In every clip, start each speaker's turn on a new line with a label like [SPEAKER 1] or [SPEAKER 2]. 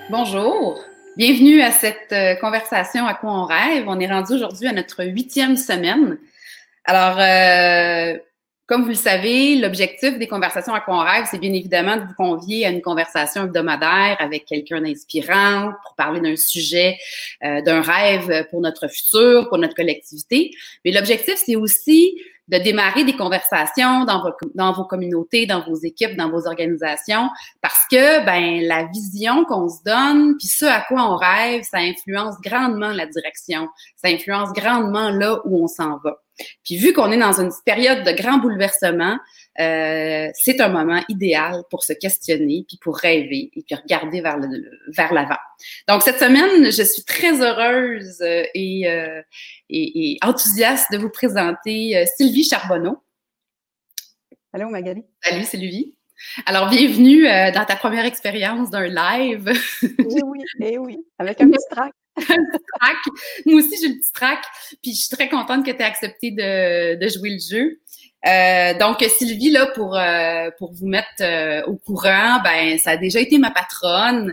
[SPEAKER 1] Bonjour, bienvenue à cette conversation à quoi on rêve. On est rendu aujourd'hui à notre 8e semaine. Alors, comme vous le savez, l'objectif des conversations à quoi on rêve, c'est bien évidemment de vous convier à une conversation hebdomadaire avec quelqu'un d'inspirant pour parler d'un sujet, d'un rêve pour notre futur, pour notre collectivité. Mais l'objectif, c'est aussi de démarrer des conversations dans vos communautés, dans vos équipes, dans vos organisations, parce que la vision qu'on se donne, puis ce à quoi on rêve, ça influence grandement la direction, ça influence grandement là où on s'en va. Puis vu qu'on est dans une période de grand bouleversement, c'est un moment idéal pour se questionner, puis pour rêver et puis regarder vers l'avant. Donc cette semaine, je suis très heureuse et enthousiaste de vous présenter Sylvie Charbonneau.
[SPEAKER 2] Allô Magali.
[SPEAKER 1] Salut Sylvie. Alors bienvenue dans ta première expérience d'un live.
[SPEAKER 2] Eh oui, avec un petit trac.
[SPEAKER 1] Track. Moi aussi, j'ai le petit track. Puis je suis très contente que tu aies accepté de jouer le jeu. Donc, Sylvie, là, pour vous mettre au courant, ça a déjà été ma patronne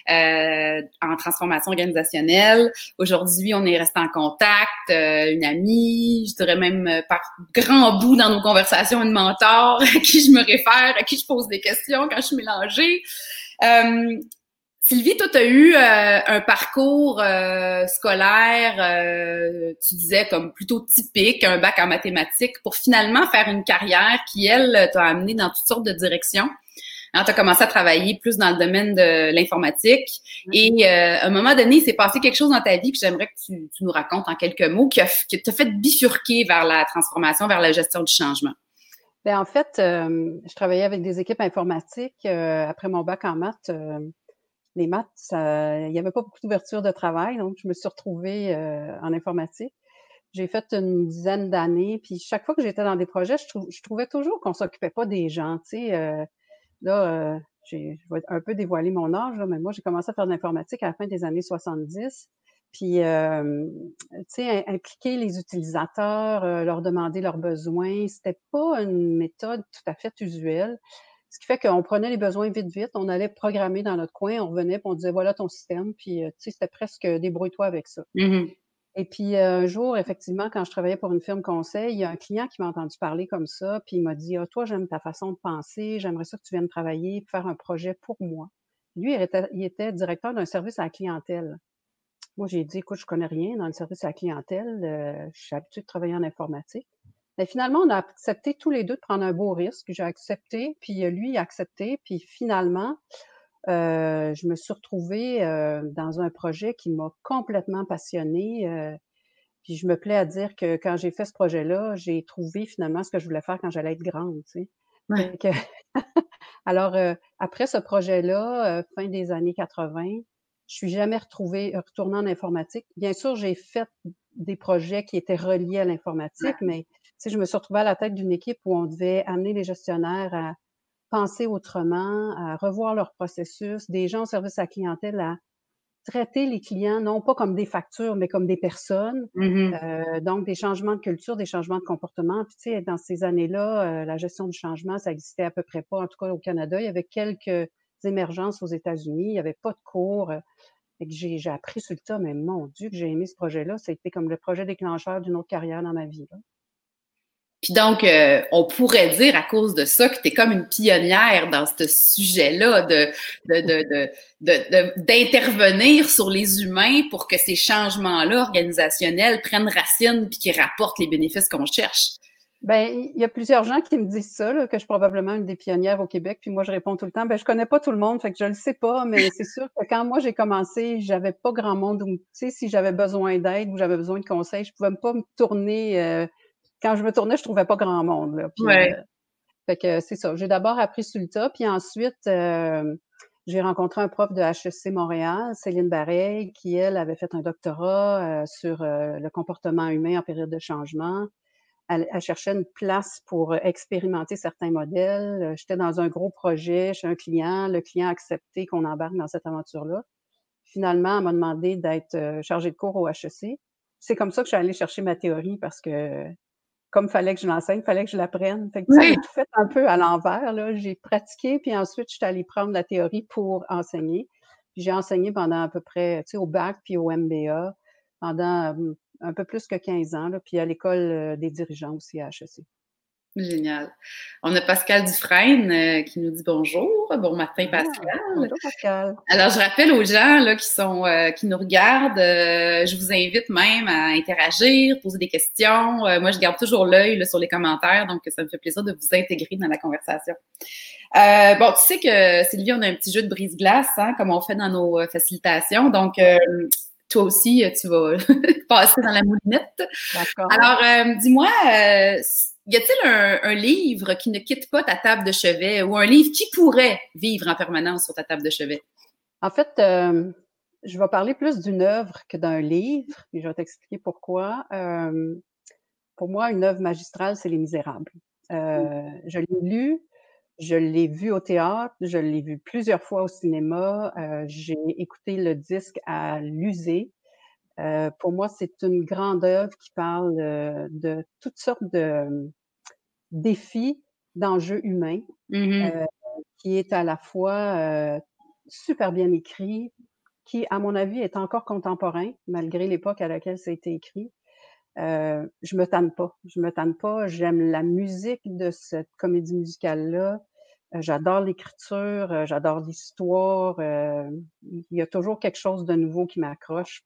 [SPEAKER 1] en transformation organisationnelle. Aujourd'hui, on est resté en contact, une amie, je dirais même par grand bout dans nos conversations, une mentor à qui je me réfère, à qui je pose des questions quand je suis mélangée. Sylvie, toi, tu as eu un parcours scolaire, tu disais, comme plutôt typique, un bac en mathématiques, pour finalement faire une carrière qui, elle, t'a amené dans toutes sortes de directions. Tu as commencé à travailler plus dans le domaine de l'informatique et à un moment donné, il s'est passé quelque chose dans ta vie que j'aimerais que tu nous racontes en quelques mots, qui t'a fait bifurquer vers la transformation, vers la gestion du changement.
[SPEAKER 2] En fait, je travaillais avec des équipes informatiques après mon bac en maths. Les maths, il n'y avait pas beaucoup d'ouverture de travail, donc je me suis retrouvée en informatique. J'ai fait une dizaine d'années, puis chaque fois que j'étais dans des projets, je trouvais toujours qu'on s'occupait pas des gens. Tu sais, je vais un peu dévoiler mon âge, là, mais moi, j'ai commencé à faire de l'informatique à la fin des années 70. Puis, tu sais, impliquer les utilisateurs, leur demander leurs besoins, c'était pas une méthode tout à fait usuelle. Ce qui fait qu'on prenait les besoins vite, vite, on allait programmer dans notre coin, on revenait, puis on disait voilà ton système, puis tu sais, c'était presque débrouille-toi avec ça.
[SPEAKER 1] Mm-hmm.
[SPEAKER 2] Et puis un jour, effectivement, quand je travaillais pour une firme conseil, il y a un client qui m'a entendu parler comme ça, puis il m'a dit toi, j'aime ta façon de penser, j'aimerais ça que tu viennes travailler, faire un projet pour moi. Lui, il était directeur d'un service à la clientèle. Moi, j'ai dit écoute, je connais rien dans le service à la clientèle, je suis habituée de travailler en informatique. Mais finalement, on a accepté tous les deux de prendre un beau risque. J'ai accepté, puis lui il a accepté, puis finalement, je me suis retrouvée dans un projet qui m'a complètement passionnée. Puis je me plais à dire que quand j'ai fait ce projet-là, j'ai trouvé finalement ce que je voulais faire quand j'allais être grande, tu sais.
[SPEAKER 1] Ouais.
[SPEAKER 2] Fait que alors, après ce projet-là, fin des années 80, je suis jamais retournée en informatique. Bien sûr, j'ai fait des projets qui étaient reliés à l'informatique, mais tu sais, je me suis retrouvée à la tête d'une équipe où on devait amener les gestionnaires à penser autrement, à revoir leur processus, des gens au service à la clientèle à traiter les clients non pas comme des factures, mais comme des personnes.
[SPEAKER 1] Mm-hmm.
[SPEAKER 2] Donc des changements de culture, des changements de comportement. Puis tu sais, dans ces années-là, la gestion du changement, ça existait à peu près pas, en tout cas au Canada. Il y avait quelques émergences aux États-Unis. Il y avait pas de cours. Fait que j'ai appris sur le tas, mais mon Dieu, que j'ai aimé ce projet-là. Ça a été comme le projet déclencheur d'une autre carrière dans ma vie, là.
[SPEAKER 1] Puis donc, on pourrait dire à cause de ça que tu es comme une pionnière dans ce sujet-là d'intervenir sur les humains pour que ces changements-là organisationnels prennent racine puis qu'ils rapportent les bénéfices qu'on cherche.
[SPEAKER 2] Il y a plusieurs gens qui me disent ça, là, que je suis probablement une des pionnières au Québec. Puis moi, je réponds tout le temps, je connais pas tout le monde, fait que je le sais pas, mais c'est sûr que quand moi j'ai commencé, j'avais pas grand monde. Tu sais, si j'avais besoin d'aide ou j'avais besoin de conseils, je pouvais pas me tourner. Quand je me tournais, je trouvais pas grand monde, là. Puis,
[SPEAKER 1] Ouais.
[SPEAKER 2] fait que c'est ça. J'ai d'abord appris sur le tas, puis ensuite, j'ai rencontré un prof de HEC Montréal, Céline Bareil, qui, elle, avait fait un doctorat sur le comportement humain en période de changement. Elle cherchait une place pour expérimenter certains modèles. J'étais dans un gros projet chez un client. Le client a accepté qu'on embarque dans cette aventure-là. Finalement, elle m'a demandé d'être chargée de cours au HEC. C'est comme ça que je suis allée chercher ma théorie parce que comme fallait que je l'enseigne, fallait que je l'apprenne. Fait que, tu sais,
[SPEAKER 1] Oui.
[SPEAKER 2] j'ai tout fait un peu à l'envers, là. J'ai pratiqué, puis ensuite, je suis allée prendre la théorie pour enseigner. Puis j'ai enseigné pendant à peu près, tu sais, au bac puis au MBA pendant un peu plus que 15 ans, là, puis à l'école des dirigeants aussi à HEC.
[SPEAKER 1] Génial. On a Pascal Dufresne qui nous dit bonjour. Bon matin, Pascal.
[SPEAKER 2] Bonjour, Pascal.
[SPEAKER 1] Alors, je rappelle aux gens là, qui nous regardent, je vous invite même à interagir, poser des questions. Moi, je garde toujours l'œil là, sur les commentaires, donc ça me fait plaisir de vous intégrer dans la conversation. Bon, tu sais que Sylvie, on a un petit jeu de brise-glace, hein, comme on fait dans nos facilitations. Donc, toi aussi, tu vas passer dans la moulinette.
[SPEAKER 2] D'accord.
[SPEAKER 1] Alors, dis-moi, y a-t-il un livre qui ne quitte pas ta table de chevet ou un livre qui pourrait vivre en permanence sur ta table de chevet?
[SPEAKER 2] En fait, je vais parler plus d'une œuvre que d'un livre, et je vais t'expliquer pourquoi. Pour moi, une œuvre magistrale, c'est Les Misérables. Je l'ai lu, je l'ai vu au théâtre, je l'ai vu plusieurs fois au cinéma, j'ai écouté le disque à l'user. Pour moi, c'est une grande œuvre qui parle de toutes sortes de défis, d'enjeux humains, qui est à la fois super bien écrit, qui, à mon avis, est encore contemporain, malgré l'époque à laquelle ça a été écrit. Je me tanne pas. J'aime la musique de cette comédie musicale-là. J'adore l'écriture, j'adore l'histoire. Il y a toujours quelque chose de nouveau qui m'accroche.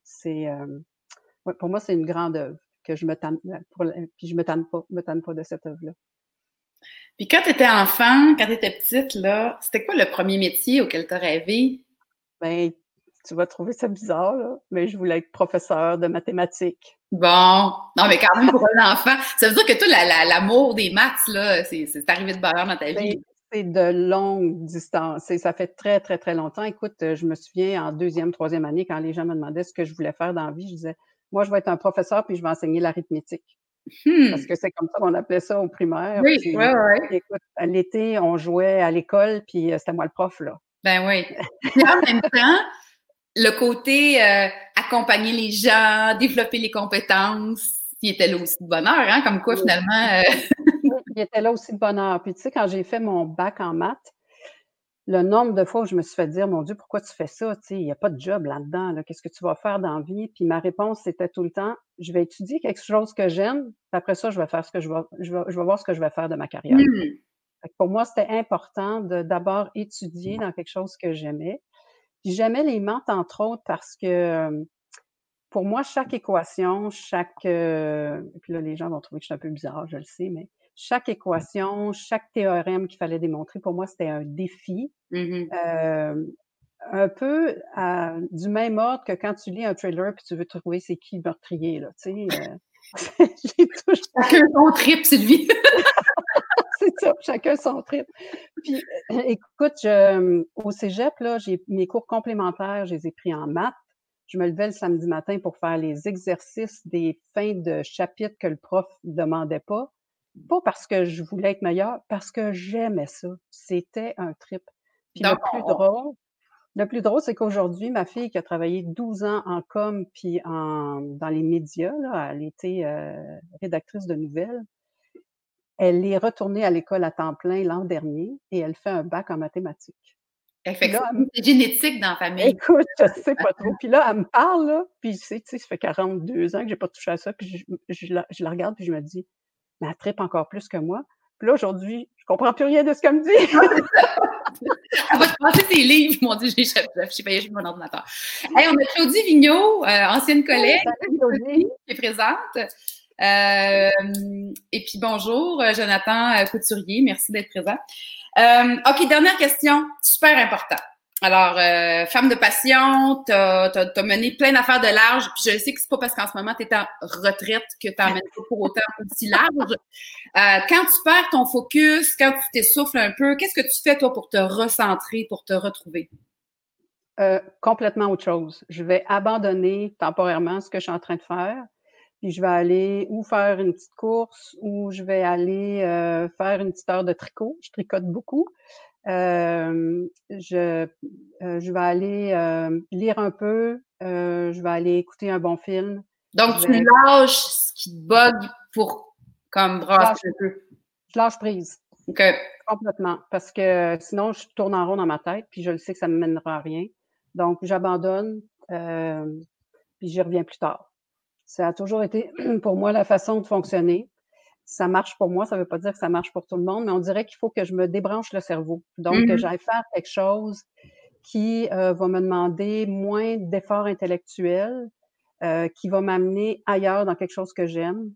[SPEAKER 2] Ouais, pour moi, c'est une grande œuvre que je me tanne, puis je me tanne pas de cette œuvre-là.
[SPEAKER 1] Puis quand tu étais enfant, quand tu étais petite, là, c'était quoi le premier métier auquel tu as rêvé?
[SPEAKER 2] Ben, tu vas trouver ça bizarre, là, mais je voulais être professeure de mathématiques.
[SPEAKER 1] Bon, non, mais quand même pour un enfant, ça veut dire que toi, l'amour des maths, là, c'est arrivé de bonheur dans ta vie.
[SPEAKER 2] C'est de longue distance. Ça fait très, très, très longtemps. Écoute, je me souviens en deuxième, troisième année, quand les gens me demandaient ce que je voulais faire dans la vie, je disais, moi, je vais être un professeur puis je vais enseigner l'arithmétique. Parce que c'est comme ça qu'on appelait ça au primaire.
[SPEAKER 1] Oui,
[SPEAKER 2] Puis,
[SPEAKER 1] ouais.
[SPEAKER 2] écoute, à l'été, on jouait à l'école puis c'était moi le prof, là.
[SPEAKER 1] Ben oui. Puis en même temps, le côté accompagner les gens, développer les compétences, il était là aussi de bonheur, hein, comme quoi finalement.
[SPEAKER 2] Oui, il était là aussi de bonheur. Puis tu sais, quand j'ai fait mon bac en maths, le nombre de fois où je me suis fait dire, mon Dieu, pourquoi tu fais ça? Tu sais, il n'y a pas de job là-dedans, là. Qu'est-ce que tu vas faire dans la vie? Puis ma réponse, c'était tout le temps, je vais étudier quelque chose que j'aime, puis après ça, je vais faire je vais voir ce que je vais faire de ma carrière. Fait que pour moi, c'était important de d'abord étudier dans quelque chose que j'aimais. Puis j'aimais les maths, entre autres, parce que pour moi, chaque équation, puis là, les gens vont trouver que je suis un peu bizarre, je le sais, mais chaque équation, chaque théorème qu'il fallait démontrer, pour moi, c'était un défi. Un peu du même ordre que quand tu lis un thriller puis tu veux trouver c'est qui le meurtrier, là, tu sais. J'ai toujours...
[SPEAKER 1] Chacun son trip, Sylvie.
[SPEAKER 2] C'est ça, chacun son trip. Puis, écoute, au cégep, là, mes cours complémentaires, je les ai pris en maths. Je me levais le samedi matin pour faire les exercices des fins de chapitre que le prof demandait pas. Pas parce que je voulais être meilleure, parce que j'aimais ça. C'était un trip. Puis
[SPEAKER 1] Donc,
[SPEAKER 2] le plus drôle, c'est qu'aujourd'hui, ma fille qui a travaillé 12 ans en com puis dans les médias, là, elle était rédactrice de nouvelles. Elle est retournée à l'école à temps plein l'an dernier et elle fait un bac en mathématiques.
[SPEAKER 1] effectivement, c'est génétique dans la famille.
[SPEAKER 2] Écoute, je sais pas trop. Puis là, elle me parle, là, puis tu sais, ça fait 42 ans que j'ai pas touché à ça, puis je la regarde, puis je me dis, mais elle trippe encore plus que moi. Puis là, aujourd'hui, je comprends plus rien de ce qu'elle me dit.
[SPEAKER 1] Elle va te passer tes livres, mon Dieu, j'ai payé mon ordinateur. Hey, on a Claudie Vigneault, ancienne collègue, qui est présente. Et puis bonjour, Jonathan Couturier, merci d'être présent. OK, dernière question, super important. Alors, femme de passion, t'as mené plein d'affaires de large, puis je sais que c'est pas parce qu'en ce moment tu es en retraite que tu emmènes pas pour autant aussi large. Quand tu perds ton focus, quand tu t'essouffles un peu, qu'est-ce que tu fais toi pour te recentrer, pour te retrouver?
[SPEAKER 2] Complètement autre chose. Je vais abandonner temporairement ce que je suis en train de faire, puis je vais aller ou faire une petite course ou je vais aller faire une petite heure de tricot. Je tricote beaucoup. Je vais aller lire un peu. Je vais aller écouter un bon film.
[SPEAKER 1] Donc, tu lâches ce qui te bug pour comme brasser un peu.
[SPEAKER 2] Je lâche prise.
[SPEAKER 1] Okay.
[SPEAKER 2] Complètement. Parce que sinon, je tourne en rond dans ma tête, puis je le sais que ça ne me mènera à rien. Donc, j'abandonne, puis j'y reviens plus tard. Ça a toujours été pour moi la façon de fonctionner. Ça marche pour moi, ça veut pas dire que ça marche pour tout le monde, mais on dirait qu'il faut que je me débranche le cerveau. Donc, que
[SPEAKER 1] Mhm.
[SPEAKER 2] j'aille faire quelque chose qui va me demander moins d'efforts intellectuels, qui va m'amener ailleurs dans quelque chose que j'aime.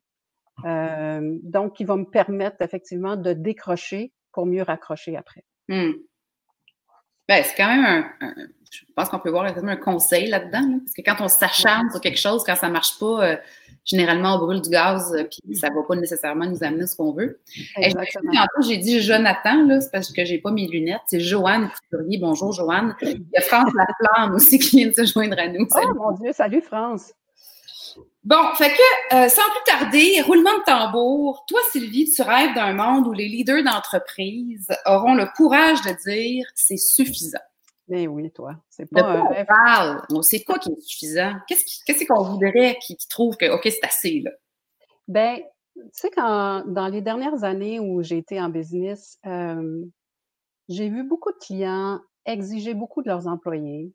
[SPEAKER 2] Donc, qui va me permettre effectivement de décrocher pour mieux raccrocher après.
[SPEAKER 1] Hmm. Ben, c'est quand même je pense qu'on peut voir comme un conseil là-dedans, là, parce que quand on
[SPEAKER 2] Ouais,
[SPEAKER 1] s'acharne sur quelque chose, quand ça marche pas, généralement on brûle du gaz, puis ça va pas nécessairement nous amener ce qu'on veut. Et
[SPEAKER 2] exactement.
[SPEAKER 1] tantôt, j'ai dit Jonathan, là, c'est parce que j'ai pas mes lunettes. C'est Joanne Couturier. Bonjour, Joanne. Il y a France Laflamme aussi qui vient de se joindre à nous.
[SPEAKER 2] Oh
[SPEAKER 1] Salut.
[SPEAKER 2] mon Dieu, salut France!
[SPEAKER 1] Bon, fait que, sans plus tarder, roulement de tambour. Toi, Sylvie, tu rêves d'un monde où les leaders d'entreprise auront le courage de dire c'est suffisant.
[SPEAKER 2] Mais oui, toi, c'est
[SPEAKER 1] De
[SPEAKER 2] pas un
[SPEAKER 1] quoi on
[SPEAKER 2] rêve.
[SPEAKER 1] parle? On sait quoi qui est suffisant? Qu'est-ce qu'on voudrait qui trouve que, OK, c'est assez, là?
[SPEAKER 2] Ben, tu sais, dans les dernières années où j'ai été en business, j'ai vu beaucoup de clients exiger beaucoup de leurs employés.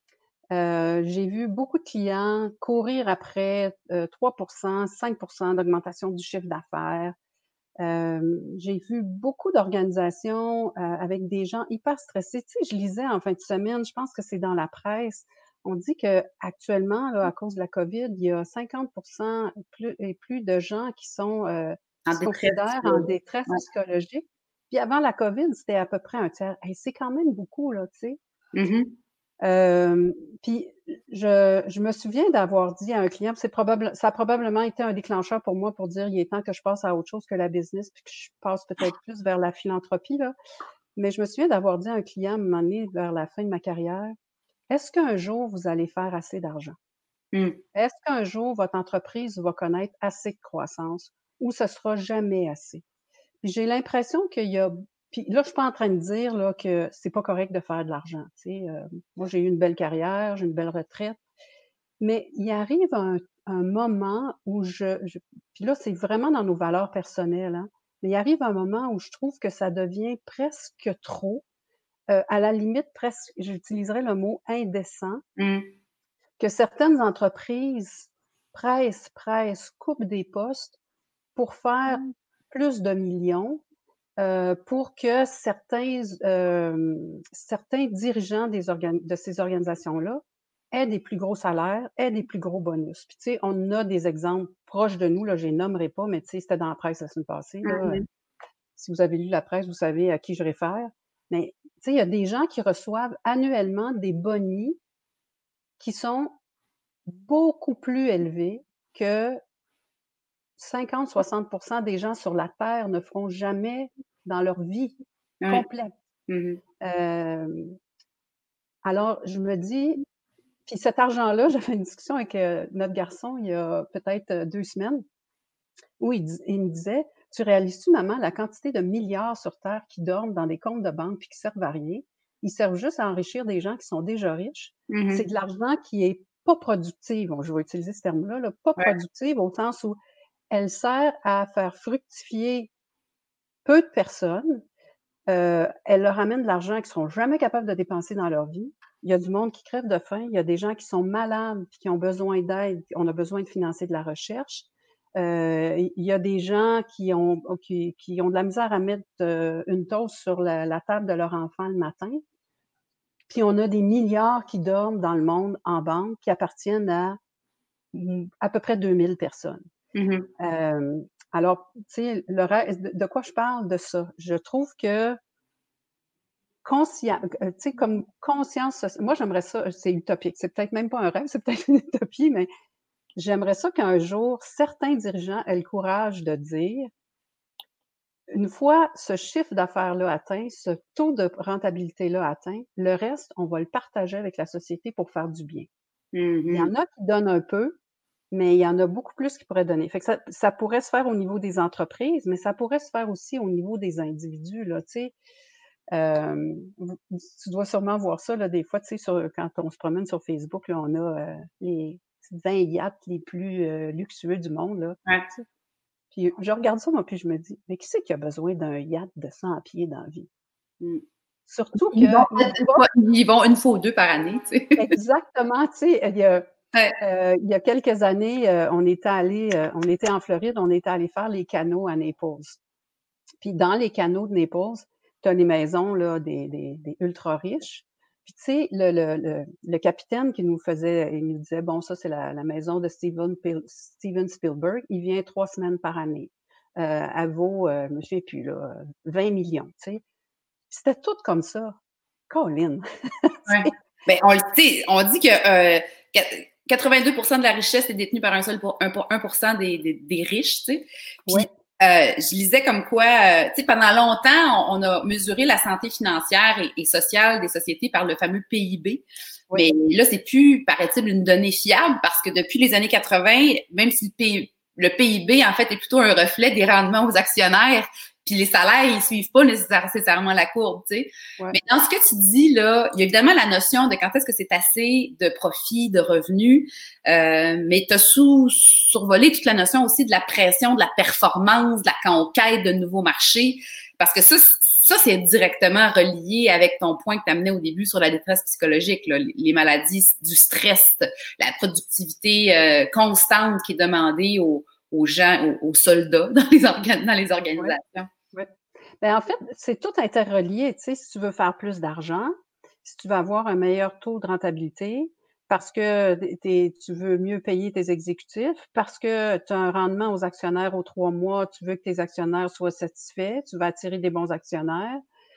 [SPEAKER 2] J'ai vu beaucoup de clients courir après 3 5 d'augmentation du chiffre d'affaires. J'ai vu beaucoup d'organisations, avec des gens hyper stressés. Tu sais, je lisais en fin de semaine, je pense que c'est dans la presse, on dit qu'actuellement, là, à cause de la COVID, il y a 50 plus de gens
[SPEAKER 1] En
[SPEAKER 2] qui se
[SPEAKER 1] détresse
[SPEAKER 2] considèrent en
[SPEAKER 1] psychologique.
[SPEAKER 2] détresse
[SPEAKER 1] Ouais.
[SPEAKER 2] psychologique. Puis avant la COVID, c'était à peu près un tiers. Hey, c'est quand même beaucoup, là, tu sais?
[SPEAKER 1] Mhm.
[SPEAKER 2] Hem, puis je me souviens d'avoir dit à un client, ça a probablement été un déclencheur pour moi pour dire: «Il est temps que je passe à autre chose que la business, puis que je passe peut-être plus vers la philanthropie», là. Mais je me souviens d'avoir dit à un client à un moment donné, vers la fin de ma carrière: «Est-ce qu'un jour vous allez faire assez d'argent?
[SPEAKER 1] Mm.
[SPEAKER 2] Est-ce qu'un jour votre entreprise va connaître assez de croissance ou ce sera jamais assez?» Puis j'ai l'impression qu'il y a puis là, je suis pas en train de dire là que c'est pas correct de faire de l'argent, tu sais? Moi, j'ai eu une belle carrière, j'ai une belle retraite, mais il arrive un moment où je puis là, c'est vraiment dans nos valeurs personnelles, hein, mais il arrive un moment où je trouve que ça devient presque trop, à la limite presque j'utiliserais le mot indécent,
[SPEAKER 1] Mm.
[SPEAKER 2] que certaines entreprises pressent, coupent des postes pour faire plus de millions. Pour que certains dirigeants de ces organisations-là aient des plus gros salaires, aient des plus gros bonus. Puis, tu sais, on a des exemples proches de nous, là, je les nommerai pas, mais tu sais, c'était dans la presse la semaine passée, là.
[SPEAKER 1] Mhm.
[SPEAKER 2] Si vous avez lu la presse, vous savez à qui je réfère. Mais, tu sais, il y a des gens qui reçoivent annuellement des bonis qui sont beaucoup plus élevés que 50-60 des gens sur la terre ne feront jamais dans leur vie
[SPEAKER 1] Ouais.
[SPEAKER 2] complète.
[SPEAKER 1] Mhm.
[SPEAKER 2] Hem, alors je me dis puis cet argent-là, j'avais une discussion avec, notre garçon il y a peut-être, 2 semaines où il me disait: «Tu réalises-tu maman la quantité de milliards sur terre qui dorment dans des comptes de banque puis qui servent à rien? Ils servent juste à enrichir des gens qui sont déjà riches. C'est
[SPEAKER 1] Mhm.
[SPEAKER 2] de l'argent qui est pas productive», bon je vais utiliser ce terme-là, là, pas
[SPEAKER 1] Ouais.
[SPEAKER 2] productive au sens où elle sert à faire fructifier peu de personnes. Elle leur amène de l'argent qu'ils seront jamais capables de dépenser dans leur vie. Il y a du monde qui crève de faim, il y a des gens qui sont malades puis qui ont besoin d'aide, on a besoin de financer de la recherche. Il y a des gens qui ont de la misère à mettre, une toast sur la table de leur enfant le matin. Puis on a des milliards qui dorment dans le monde en banque, qui appartiennent à peu près 2 000 personnes.
[SPEAKER 1] Mhm.
[SPEAKER 2] Alors, tu sais, le reste de quoi je parle? De ça. Je trouve que tu sais, comme conscience moi, j'aimerais ça, c'est utopique, c'est peut-être même pas un rêve, c'est peut-être une utopie, mais j'aimerais ça qu'un jour, certains dirigeants aient le courage de dire: «Une fois ce chiffre d'affaires-là atteint, ce taux de rentabilité-là atteint, le reste, on va le partager avec la société pour faire du bien». Il y
[SPEAKER 1] Mhm.
[SPEAKER 2] en a qui donnent un peu, mais il y en a beaucoup plus qui pourraient donner. Fait que ça pourrait se faire au niveau des entreprises, mais ça pourrait se faire aussi au niveau des individus, là, tu sais? Tu dois sûrement voir ça, là, des fois, tu sais, quand on se promène sur Facebook, là, on a, les 20 yachts les plus, luxueux du monde, là,
[SPEAKER 1] Ouais.
[SPEAKER 2] tu sais? Puis je regarde ça, moi, puis je me dis: «Mais qui c'est qui a besoin d'un yacht de 100 pieds dans la vie?»
[SPEAKER 1] Mm.
[SPEAKER 2] Surtout qu'ils vont
[SPEAKER 1] ils y vont une fois ou deux par année, tu sais.
[SPEAKER 2] Exactement, tu sais, il y a quelques années, on était en Floride, on était allé faire les canaux à Naples. Puis dans les canaux de Naples, tu as les maisons là, des ultra riches. Puis tu sais, le capitaine qui nous faisait, il nous disait, bon, ça c'est la maison de Steven Spielberg, il vient 3 semaines par année. Elle vaut, je me souviens plus, là, 20 millions, tu sais. C'était tout comme ça. Colin!
[SPEAKER 1] Ouais. Ben, on dit que 82 de la richesse est détenue par un seul pour 1% des riches, tu sais. Puis,
[SPEAKER 2] Ouais.
[SPEAKER 1] je lisais comme quoi, tu sais, pendant longtemps, on a mesuré la santé financière et sociale des sociétés par le fameux PIB.
[SPEAKER 2] Oui.
[SPEAKER 1] Mais là, c'est plus, paraît-il, une donnée fiable parce que depuis les années 80, même si le PIB, en fait, est plutôt un reflet des rendements aux actionnaires, puis les salaires, ils suivent pas nécessairement la courbe, tu sais.
[SPEAKER 2] Ouais.
[SPEAKER 1] Mais dans ce que tu dis, là, il y a évidemment la notion de quand est-ce que c'est assez de profit, de revenus, mais tu as survolé toute la notion aussi de la pression, de la performance, de la conquête de nouveaux marchés, parce que ça c'est directement relié avec ton point que tu amenais au début sur la détresse psychologique, là, les maladies du stress, la productivité constante qui est demandée aux gens, aux soldats dans les organisations.
[SPEAKER 2] Ouais. Ouais. Ben, en fait, c'est tout interrelié. Tu sais, si tu veux faire plus d'argent, si tu veux avoir un meilleur taux de rentabilité, parce que tu veux mieux payer tes exécutifs, parce que tu as un rendement aux actionnaires aux 3 mois, tu veux que tes actionnaires soient satisfaits, tu vas attirer des bons actionnaires.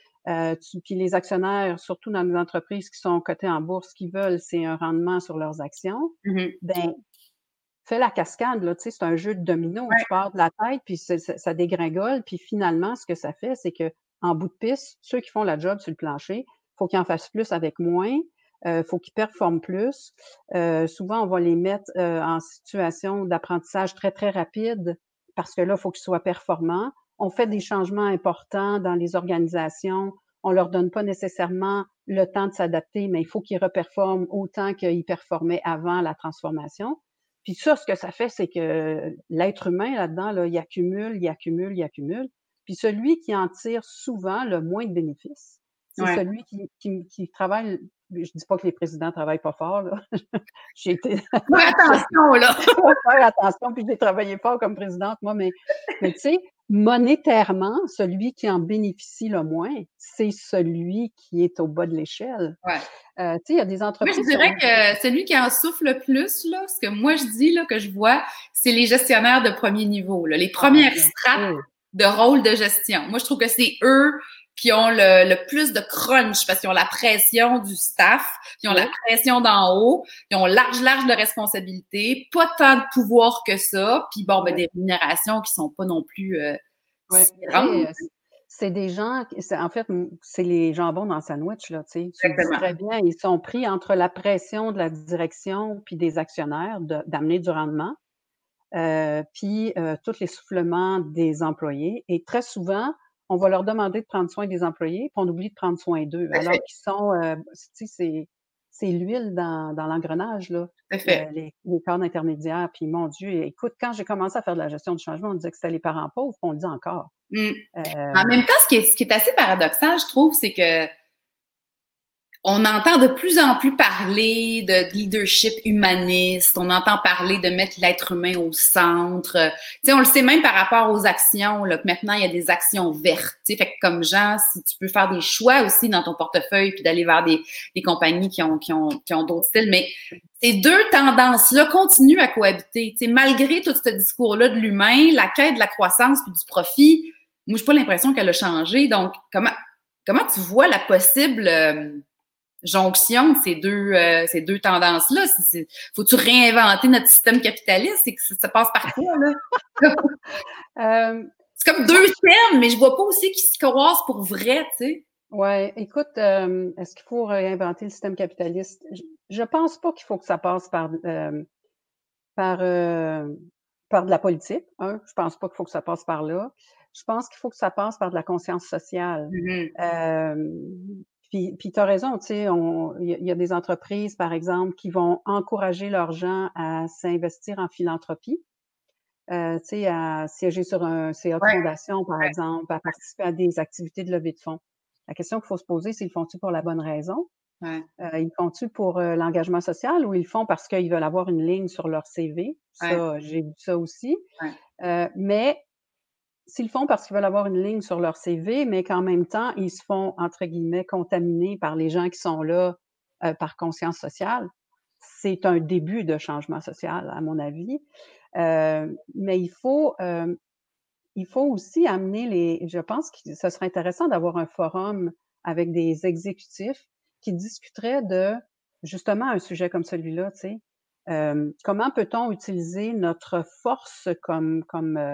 [SPEAKER 2] Puis les actionnaires, surtout dans les entreprises qui sont cotées en bourse, ce qu'ils veulent, c'est un rendement sur leurs actions.
[SPEAKER 1] Mm-hmm.
[SPEAKER 2] Ben, fais la cascade, là, tu sais, c'est un jeu de domino.
[SPEAKER 1] Ouais.
[SPEAKER 2] Tu pars de la tête, puis ça dégringole, puis finalement, ce que ça fait, c'est que en bout de piste, ceux qui font la job sur le plancher, faut qu'ils en fassent plus avec moins, faut qu'ils performent plus. Souvent, on va les mettre en situation d'apprentissage très, très rapide parce que là, il faut qu'ils soient performants. On fait des changements importants dans les organisations. On leur donne pas nécessairement le temps de s'adapter, mais il faut qu'ils reperforment autant qu'ils performaient avant la transformation. Puis ça, ce que ça fait, c'est que l'être humain là-dedans, là, il accumule, il accumule, il accumule. Puis celui qui en tire souvent le moins de bénéfices, c'est celui qui travaille. Je dis pas que les présidents travaillent pas fort, là. J'ai été.
[SPEAKER 1] Faire attention, là.
[SPEAKER 2] Faire attention, puis j'ai travaillé fort comme présidente, moi, mais tu sais, monétairement, celui qui en bénéficie le moins, c'est celui qui est au bas de l'échelle.
[SPEAKER 1] Ouais.
[SPEAKER 2] Tu sais, il y a des entreprises.
[SPEAKER 1] Moi, je dirais que celui qui en souffre le plus, là, ce que moi je dis, là, que je vois, c'est les gestionnaires de premier niveau, là, les premières strates de rôle de gestion. Moi, je trouve que c'est eux qui ont le plus de crunch parce qu'ils ont la pression du staff, ils ont la pression d'en haut, ils ont large de responsabilités, pas tant de pouvoir que ça, puis bon, ben, des rémunérations qui sont pas non plus si grandes.
[SPEAKER 2] C'est des gens, en fait, c'est les jambons dans le sandwich, là, tu sais. Tu le dis très bien, ils sont pris entre la pression de la direction puis des actionnaires d'amener du rendement, puis tous les soufflements des employés. Et très souvent, on va leur demander de prendre soin des employés, puis on oublie de prendre soin d'eux. Alors qu'ils sont, tu sais, c'est l'huile dans l'engrenage, là. Les corps intermédiaires. Puis mon Dieu, écoute, quand j'ai commencé à faire de la gestion du changement, on disait que c'était les parents pauvres, puis on le dit encore.
[SPEAKER 1] En même temps, ce qui est assez paradoxal, je trouve, c'est que on entend de plus en plus parler de leadership humaniste, on entend parler de mettre l'être humain au centre. Tu sais, on le sait même par rapport aux actions, là, que maintenant, il y a des actions vertes. Tu sais, fait que comme Jean, si tu peux faire des choix aussi dans ton portefeuille puis d'aller vers des compagnies qui ont d'autres styles. Mais ces deux tendances-là continuent à cohabiter. Tu sais, malgré tout ce discours-là de l'humain, la quête de la croissance puis du profit, moi, j'ai pas l'impression qu'elle a changé. Donc, comment tu vois la possible jonction de ces deux tendances-là? Faut-tu réinventer notre système capitaliste? C'est que ça passe par quoi, là? C'est comme deux thèmes, mais je vois pas aussi qu'ils se croisent pour vrai, tu sais.
[SPEAKER 2] Ouais, écoute, est-ce qu'il faut réinventer le système capitaliste? Je pense pas qu'il faut que ça passe par de la politique, hein. Je pense pas qu'il faut que ça passe par là. Je pense qu'il faut que ça passe par de la conscience sociale. Puis tu as raison, tu sais, il y a des entreprises, par exemple, qui vont encourager leurs gens à s'investir en philanthropie, tu sais, à siéger sur un CA de fondation, par exemple, à participer à des activités de levée de fonds. La question qu'il faut se poser, c'est ils font-tu pour la bonne raison?
[SPEAKER 1] Ouais.
[SPEAKER 2] Ils font-tu pour l'engagement social ou ils font parce qu'ils veulent avoir une ligne sur leur CV? Ça,
[SPEAKER 1] Ouais.
[SPEAKER 2] j'ai vu ça aussi.
[SPEAKER 1] Ouais.
[SPEAKER 2] Mais s'ils font parce qu'ils veulent avoir une ligne sur leur CV, mais qu'en même temps, ils se font, entre guillemets, contaminer par les gens qui sont là par conscience sociale, c'est un début de changement social, à mon avis. Mais il faut aussi amener je pense que ce serait intéressant d'avoir un forum avec des exécutifs qui discuteraient de, justement, un sujet comme celui-là, tu sais. Comment peut-on utiliser notre force comme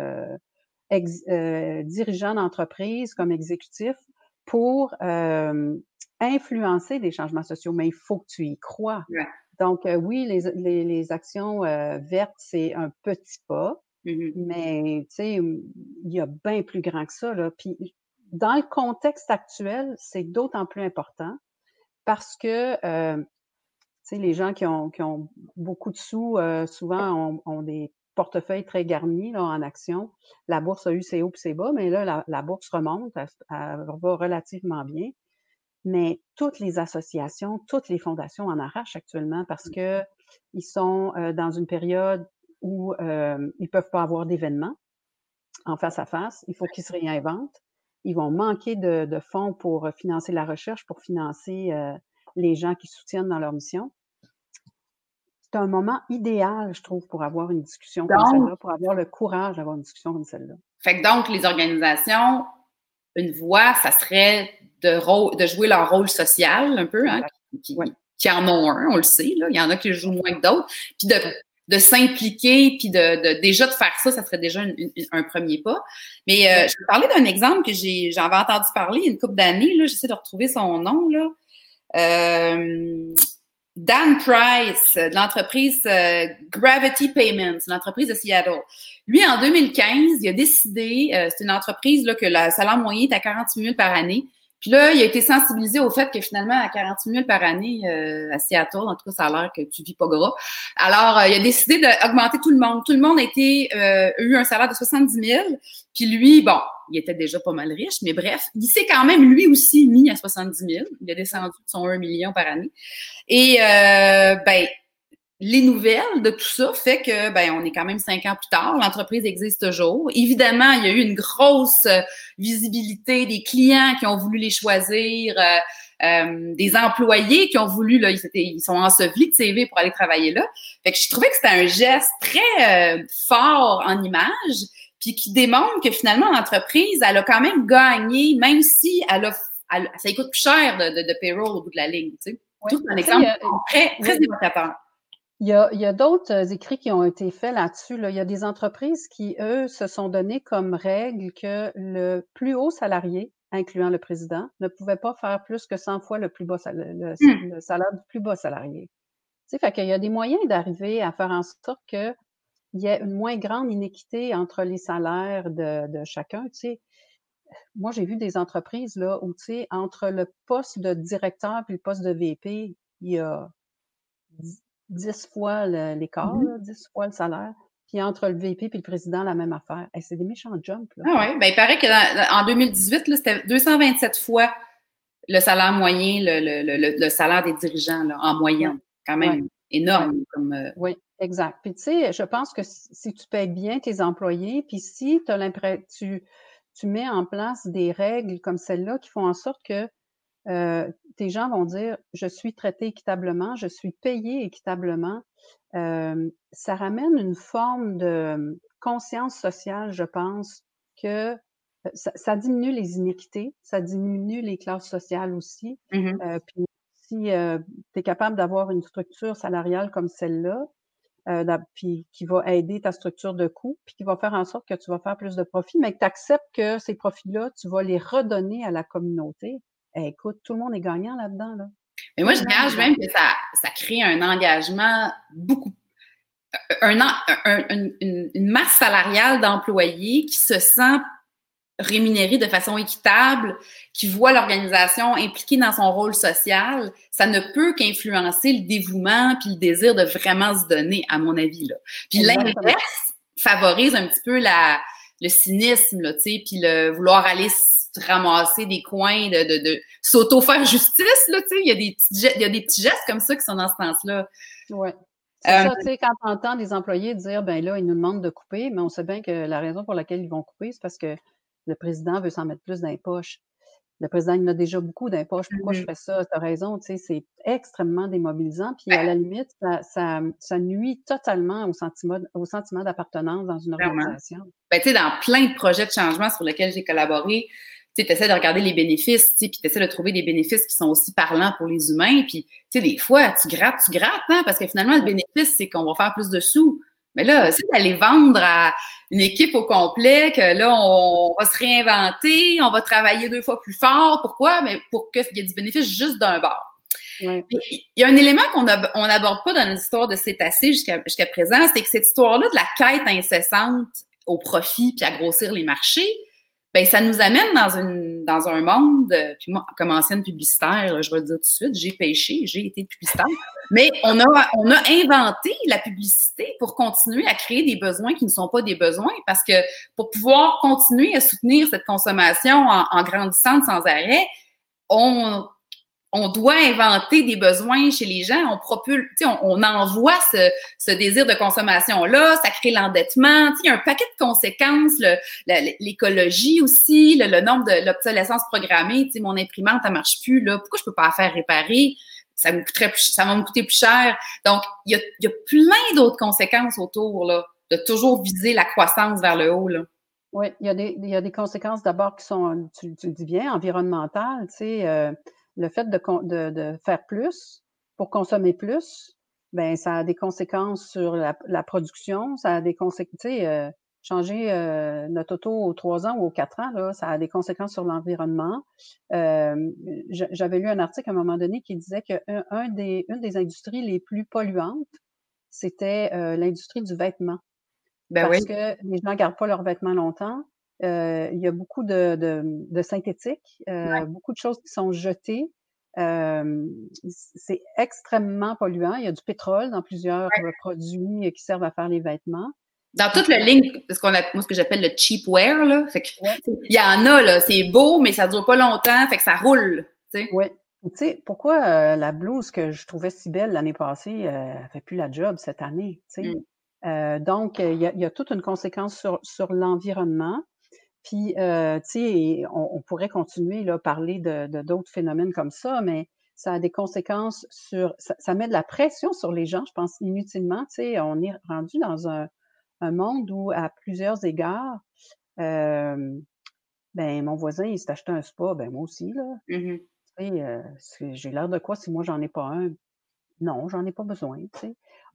[SPEAKER 2] dirigeant d'entreprise, comme exécutif, pour influencer des changements sociaux? Mais il faut que tu y crois.
[SPEAKER 1] Ouais.
[SPEAKER 2] Donc, oui, les actions vertes, c'est un petit pas.
[SPEAKER 1] Mm-hmm.
[SPEAKER 2] Mais, tu sais, il y a bien plus grand que ça, là. Puis, dans le contexte actuel, c'est d'autant plus important parce que, tu sais, les gens qui ont beaucoup de sous, souvent ont des portefeuilles très garnis, là, en actions. La bourse a eu ses hauts et ses bas, mais là, la bourse remonte, elle va relativement bien. Mais toutes les associations, toutes les fondations en arrachent actuellement parce que ils sont dans une période où ils peuvent pas avoir d'événements en face à face. Il faut qu'ils se réinventent. Ils vont manquer de fonds pour financer la recherche, pour financer les gens qui soutiennent dans leur mission. C'est un moment idéal, je trouve, pour avoir une discussion comme celle-là, pour avoir le courage d'avoir une discussion comme celle-là.
[SPEAKER 1] Fait que donc, les organisations, une voix, ça serait de jouer leur rôle social un peu, hein, qui en ont un, on le sait, là. Il y en a qui jouent moins que d'autres. Puis de s'impliquer, puis déjà de faire ça, ça serait déjà un premier pas. Mais je vais parler d'un exemple que j'en avais entendu parler il y a une couple d'années, là, j'essaie de retrouver son nom, là. Dan Price, de l'entreprise Gravity Payments, l'entreprise de Seattle. Lui, en 2015, il a décidé, c'est une entreprise là, que le salaire moyen est à 48 000 par année. Puis là, il a été sensibilisé au fait que finalement, à 48 000 par année à Seattle, en tout cas, ça a l'air que tu vis pas gras. Alors, il a décidé d'augmenter tout le monde. Tout le monde a eu un salaire de 70 000. Puis lui, bon, il était déjà pas mal riche, mais bref, il s'est quand même lui aussi mis à 70 000. Il a descendu de son 1 million par année. Et les nouvelles de tout ça fait que on est quand même 5 ans plus tard, l'entreprise existe toujours. Évidemment, il y a eu une grosse visibilité des clients qui ont voulu les choisir, des employés qui ont voulu, là, ils sont ensevelis de CV pour aller travailler là. Fait que je trouvais que c'était un geste très fort en image, puis qui démontre que finalement l'entreprise, elle a quand même gagné, même si ça lui coûte plus cher de payroll au bout de la ligne, tu sais.
[SPEAKER 2] Oui.
[SPEAKER 1] Tout un exemple très évocateur.
[SPEAKER 2] Il y a d'autres écrits qui ont été faits là-dessus. Là. Il y a des entreprises qui, eux, se sont donné comme règle que le plus haut salarié, incluant le président, ne pouvait pas faire plus que 100 fois le plus bas le salaire du plus bas salarié. Tu sais, fait qu'il y a des moyens d'arriver à faire en sorte qu'il y ait une moins grande inéquité entre les salaires de chacun. Tu sais, moi, j'ai vu des entreprises là où, tu sais, entre le poste de directeur et le poste de VP, il y a 10 fois l'écart, 10 fois le salaire. Puis entre le VP et le président, la même affaire. Hey, c'est des méchants jumps. Là.
[SPEAKER 1] Ah ouais, il paraît qu'en 2018, là, c'était 227 fois le salaire moyen, le salaire des dirigeants là, en moyenne. Quand même énorme.
[SPEAKER 2] Oui, exact. Puis tu sais, je pense que si tu payes bien tes employés, puis si tu mets en place des règles comme celle-là qui font en sorte que tes gens vont dire « je suis traité équitablement, je suis payé équitablement », ça ramène une forme de conscience sociale, je pense, que ça diminue les inéquités, ça diminue les classes sociales aussi. Puis si tu es capable d'avoir une structure salariale comme celle-là, puis qui va aider ta structure de coûts, puis qui va faire en sorte que tu vas faire plus de profits, mais que tu acceptes que ces profits-là, tu vas les redonner à la communauté. Écoute, tout le monde est gagnant là-dedans. Là.
[SPEAKER 1] Mais moi, je gage même que ça crée un engagement une masse salariale d'employés qui se sent rémunérés de façon équitable, qui voit l'organisation impliquée dans son rôle social, ça ne peut qu'influencer le dévouement puis le désir de vraiment se donner, à mon avis. Là. Puis l'inverse favorise un petit peu le cynisme, là, tu sais, puis le vouloir aller de ramasser des coins, de s'auto-faire justice, là, tu sais. Il y a des petits gestes comme ça qui sont dans ce sens-là.
[SPEAKER 2] Ouais. C'est ça, tu sais, quand tu entends des employés dire, ben là, ils nous demandent de couper, mais on sait bien que la raison pour laquelle ils vont couper, c'est parce que le président veut s'en mettre plus dans les poches. Le président, il en a déjà beaucoup dans les poches. Pourquoi je
[SPEAKER 1] Mhm.
[SPEAKER 2] ferais ça? Tu as raison, tu sais, c'est extrêmement démobilisant. Puis à la limite, ça nuit totalement au sentiment d'appartenance dans une
[SPEAKER 1] Vraiment.
[SPEAKER 2] organisation.
[SPEAKER 1] Ben, tu sais, dans plein de projets de changement sur lesquels j'ai collaboré, tu essaies de regarder les bénéfices, tu sais, puis tu essaies de trouver des bénéfices qui sont aussi parlants pour les humains. Puis, tu sais, des fois, tu grattes, hein, parce que finalement, le bénéfice, c'est qu'on va faire plus de sous. Mais là, c'est d'aller vendre à une équipe au complet que là, on va se réinventer, on va travailler 2 fois plus fort. Pourquoi? Mais pour qu'il y ait du bénéfice juste d'un bord.
[SPEAKER 2] Ouais.
[SPEAKER 1] Il y a un élément qu'on n'aborde pas dans notre histoire de cétacés jusqu'à présent, c'est que cette histoire-là de la quête incessante au profit puis à grossir les marchés, ben ça nous amène dans un monde, puis moi, comme ancienne publicitaire, là, je vais le dire tout de suite, j'ai pêché, j'ai été publicitaire, mais on a inventé la publicité pour continuer à créer des besoins qui ne sont pas des besoins, parce que pour pouvoir continuer à soutenir cette consommation en grandissant sans arrêt, on doit inventer des besoins chez les gens, on envoie ce désir de consommation-là, ça crée l'endettement, il y a un paquet de conséquences, l'écologie aussi, le nombre de l'obsolescence programmée, mon imprimante, elle marche plus, là, pourquoi je peux pas la faire réparer? Ça va me coûter plus cher. Donc, il y a plein d'autres conséquences autour, là, de toujours viser la croissance vers le haut, là.
[SPEAKER 2] Oui, il y a des conséquences d'abord qui sont, tu le dis bien, environnementales, tu sais, le fait de faire plus pour consommer plus, ben ça a des conséquences sur la production, ça a des conséquences, tu sais, changer notre auto aux 3 ans ou aux 4 ans, là, ça a des conséquences sur l'environnement. J'avais lu un article à un moment donné qui disait que une des industries les plus polluantes, c'était l'industrie du vêtement.
[SPEAKER 1] Ben oui.
[SPEAKER 2] Parce que les gens gardent pas leurs vêtements longtemps. Il y a beaucoup de synthétique, beaucoup de choses qui sont jetées. C'est extrêmement polluant. Il y a du pétrole dans plusieurs produits qui servent à faire les vêtements.
[SPEAKER 1] Dans toute la ligne, moi, ce que j'appelle le cheap wear, là. Fait que,
[SPEAKER 2] Ouais.
[SPEAKER 1] il y en a, là. C'est beau, mais ça dure pas longtemps. Fait que ça roule, tu sais.
[SPEAKER 2] Oui. Tu sais, pourquoi la blouse que je trouvais si belle l'année passée, elle fait plus la job cette année, tu sais? Donc, il y a toute une conséquence sur l'environnement. Puis, tu sais, on pourrait continuer là, parler de d'autres phénomènes comme ça, mais ça a des conséquences ça met de la pression sur les gens, je pense, inutilement. Tu sais, on est rendu dans un monde où, à plusieurs égards, ben, mon voisin, il s'est acheté un spa, ben moi aussi, là.
[SPEAKER 1] Mm-hmm.
[SPEAKER 2] Tu sais, j'ai l'air de quoi si moi, j'en ai pas un? Non, j'en ai pas besoin, tu sais.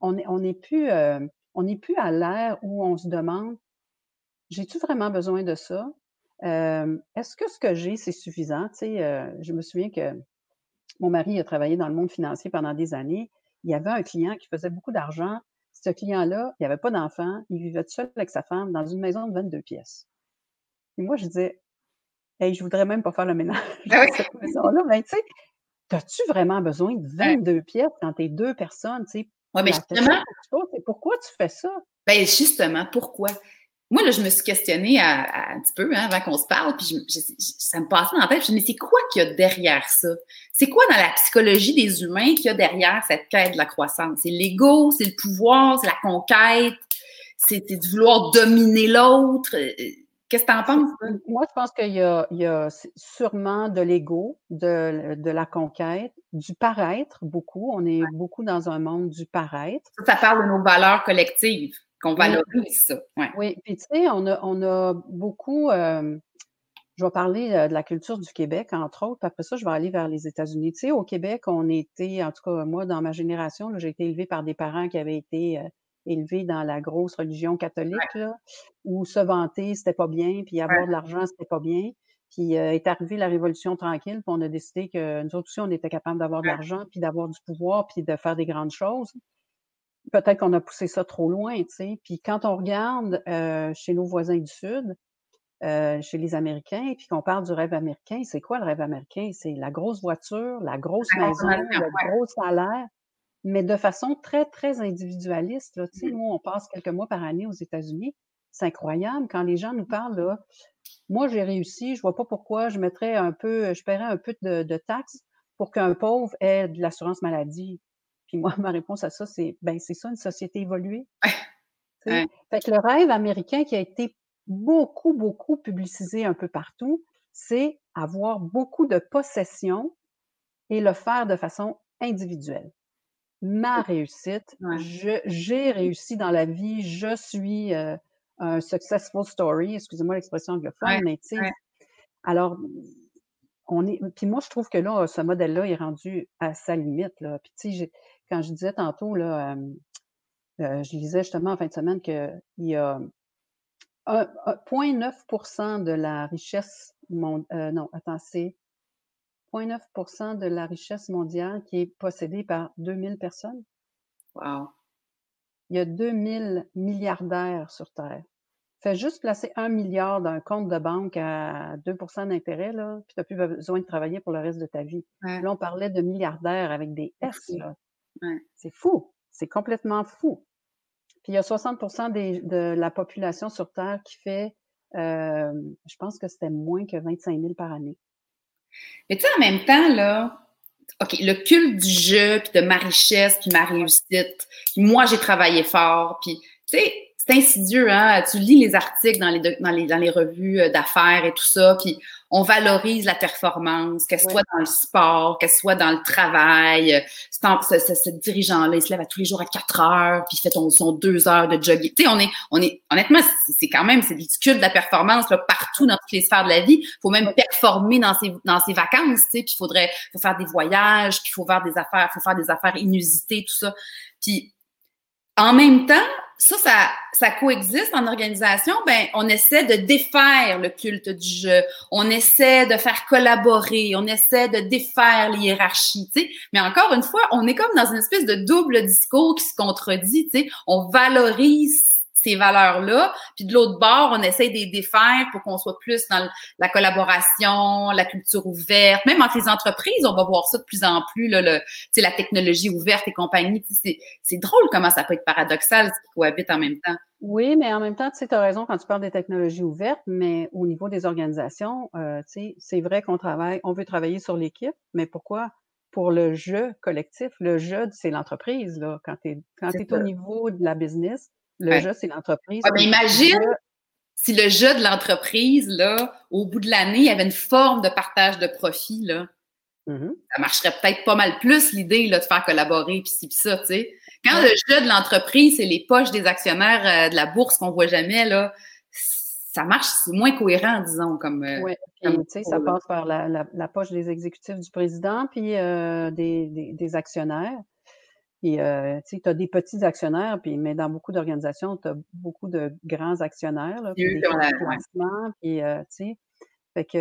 [SPEAKER 2] On n'est plus à l'ère où on se demande: «J'ai-tu vraiment besoin de ça? Est-ce que ce que j'ai, c'est suffisant?» Tu sais, je me souviens que mon mari a travaillé dans le monde financier pendant des années. Il y avait un client qui faisait beaucoup d'argent. Ce client-là, il avait pas d'enfant, il vivait tout seul avec sa femme dans une maison de 22 pièces. Et moi, je disais: «Hey, je voudrais même pas faire le ménage
[SPEAKER 1] Ah
[SPEAKER 2] dans
[SPEAKER 1] oui.
[SPEAKER 2] cette maison-là». Mais tu sais, as-tu vraiment besoin de 22 pièces quand tu es 2 personnes, tu sais?
[SPEAKER 1] Ouais, mais
[SPEAKER 2] La question
[SPEAKER 1] justement,
[SPEAKER 2] que tu poses, c'est pourquoi tu fais ça?
[SPEAKER 1] ben justement, pourquoi? Moi, là, je me suis questionnée un petit peu avant qu'on se parle, puis ça me passait dans la tête. Je me suis dit, mais c'est quoi qu'il y a derrière ça? C'est quoi dans la psychologie des humains qu'il y a derrière cette quête de la croissance? C'est l'ego, c'est le pouvoir, c'est la conquête, c'est de vouloir dominer l'autre. Qu'est-ce que t'en penses, toi?
[SPEAKER 2] Moi, je pense qu'il y a sûrement de l'ego, de la conquête, du paraître beaucoup. On est beaucoup dans un monde du paraître.
[SPEAKER 1] Ça parle de nos valeurs collectives, qu'on
[SPEAKER 2] Oui,
[SPEAKER 1] valorise ça. Ouais.
[SPEAKER 2] oui. Puis tu sais, on a beaucoup, je vais parler de la culture du Québec, entre autres. Puis après ça, je vais aller vers les États-Unis. Tu sais, au Québec, on était, en tout cas, moi, dans ma génération, là, j'ai été élevée par des parents qui avaient été élevés dans la grosse religion catholique, là, où se vanter, c'était pas bien, puis avoir de l'argent, c'était pas bien. Puis est arrivée la Révolution tranquille, puis on a décidé que nous autres aussi, on était capable d'avoir de l'argent, puis d'avoir du pouvoir, puis de faire des grandes choses. Peut-être qu'on a poussé ça trop loin, tu sais. Puis quand on regarde chez nos voisins du Sud, chez les Américains, puis qu'on parle du rêve américain, c'est quoi le rêve américain? C'est la grosse voiture, la grosse
[SPEAKER 1] La
[SPEAKER 2] maison,
[SPEAKER 1] consommation,
[SPEAKER 2] le gros salaire, mais de façon très, très individualiste, là. Tu sais, nous, on passe quelques mois par année aux États-Unis. C'est incroyable quand les gens nous parlent, là, moi, j'ai réussi, je vois pas pourquoi je paierais un peu de taxes pour qu'un pauvre ait de l'assurance maladie. Puis moi, ma réponse à ça, c'est, ben, c'est ça, une société évoluée. Tu sais?
[SPEAKER 1] Ouais,
[SPEAKER 2] Fait que le rêve américain qui a été beaucoup, beaucoup publicisé un peu partout, c'est avoir beaucoup de possessions et le faire de façon individuelle. Ma réussite,
[SPEAKER 1] ouais,
[SPEAKER 2] j'ai réussi dans la vie, je suis, un successful story, excusez-moi l'expression
[SPEAKER 1] ouais,
[SPEAKER 2] anglophone, mais tu sais,
[SPEAKER 1] ouais.
[SPEAKER 2] alors puis moi je trouve que là, ce modèle-là est rendu à sa limite, là. Puis tu sais, quand je disais tantôt là, je lisais justement en fin de semaine qu'il y a 0,9 de la richesse non, attends, c'est 0,9 de la richesse mondiale qui est possédée par 2000 personnes.
[SPEAKER 1] Wow.
[SPEAKER 2] Il y a 2000 milliardaires sur Terre. Fais juste placer 1 milliard dans un compte de banque à 2 d'intérêt, là, puis tu n'as plus besoin de travailler pour le reste de ta vie.
[SPEAKER 1] Ouais,
[SPEAKER 2] Là, on parlait de milliardaires avec des
[SPEAKER 1] c'est
[SPEAKER 2] S,
[SPEAKER 1] fou.
[SPEAKER 2] là.
[SPEAKER 1] Ouais.
[SPEAKER 2] C'est fou. C'est complètement fou. Puis il y a 60 de la population sur Terre qui fait, je pense que c'était moins que 25 000 par année.
[SPEAKER 1] Mais tu sais, en même temps, là, OK, le culte du jeu, puis de ma richesse, puis ma réussite, puis moi, j'ai travaillé fort, puis, tu sais, c'est insidieux, hein? Tu lis les articles dans les revues d'affaires et tout ça, puis on valorise la performance, qu'elle
[SPEAKER 2] Ouais.
[SPEAKER 1] soit dans le sport, qu'elle soit dans le travail. Ce dirigeant-là, il se lève à tous les jours à 4 heures, puis il fait son 2 heures de jogging. Tu sais, honnêtement, c'est quand même, c'est du culte de la performance, là, partout dans toutes les sphères de la vie. Il faut même performer dans ses vacances, tu sais, puis faut faire des voyages, puis faut faire des affaires inusitées, tout ça. Puis, en même temps, ça coexiste en organisation. Ben, on essaie de défaire le culte du jeu. On essaie de faire collaborer. On essaie de défaire les hiérarchies, tu sais. Mais encore une fois, on est comme dans une espèce de double discours qui se contredit, tu sais. On valorise ces valeurs-là, puis de l'autre bord, on essaie de les défaire pour qu'on soit plus dans la collaboration, la culture ouverte. Même entre les entreprises, on va voir ça de plus en plus, là, la technologie ouverte et compagnie. C'est drôle comment ça peut être paradoxal, ce qui cohabite en même temps.
[SPEAKER 2] Oui, mais en même temps, tu sais, tu as raison quand tu parles des technologies ouvertes, mais au niveau des organisations, tu sais, c'est vrai on veut travailler sur l'équipe, mais pourquoi? Pour le jeu collectif. Le jeu, c'est l'entreprise, là. Quand tu
[SPEAKER 1] C'est
[SPEAKER 2] es
[SPEAKER 1] ça.
[SPEAKER 2] au niveau de la business, le
[SPEAKER 1] Ouais.
[SPEAKER 2] jeu, c'est l'entreprise.
[SPEAKER 1] Ouais, mais
[SPEAKER 2] Puis
[SPEAKER 1] imagine si le jeu de l'entreprise, là, au bout de l'année, il y avait une forme de partage de profit, là.
[SPEAKER 2] Mhm.
[SPEAKER 1] Ça marcherait peut-être pas mal plus l'idée là, de faire collaborer puis ci puis ça, tu sais. Quand
[SPEAKER 2] Ouais.
[SPEAKER 1] le jeu de l'entreprise, c'est les poches des actionnaires de la bourse qu'on voit jamais, là, ça marche, c'est moins cohérent, disons,
[SPEAKER 2] Ouais,
[SPEAKER 1] comme
[SPEAKER 2] puis tu sais, ça
[SPEAKER 1] discours, là.
[SPEAKER 2] passe par la poche des exécutifs du président, puis des actionnaires. Puis, tu sais, tu as des petits actionnaires, mais dans beaucoup d'organisations, tu as beaucoup de grands actionnaires, là, puis
[SPEAKER 1] Eux
[SPEAKER 2] des
[SPEAKER 1] qui ont
[SPEAKER 2] fonds de
[SPEAKER 1] ouais.
[SPEAKER 2] placement, puis, tu sais, fait que,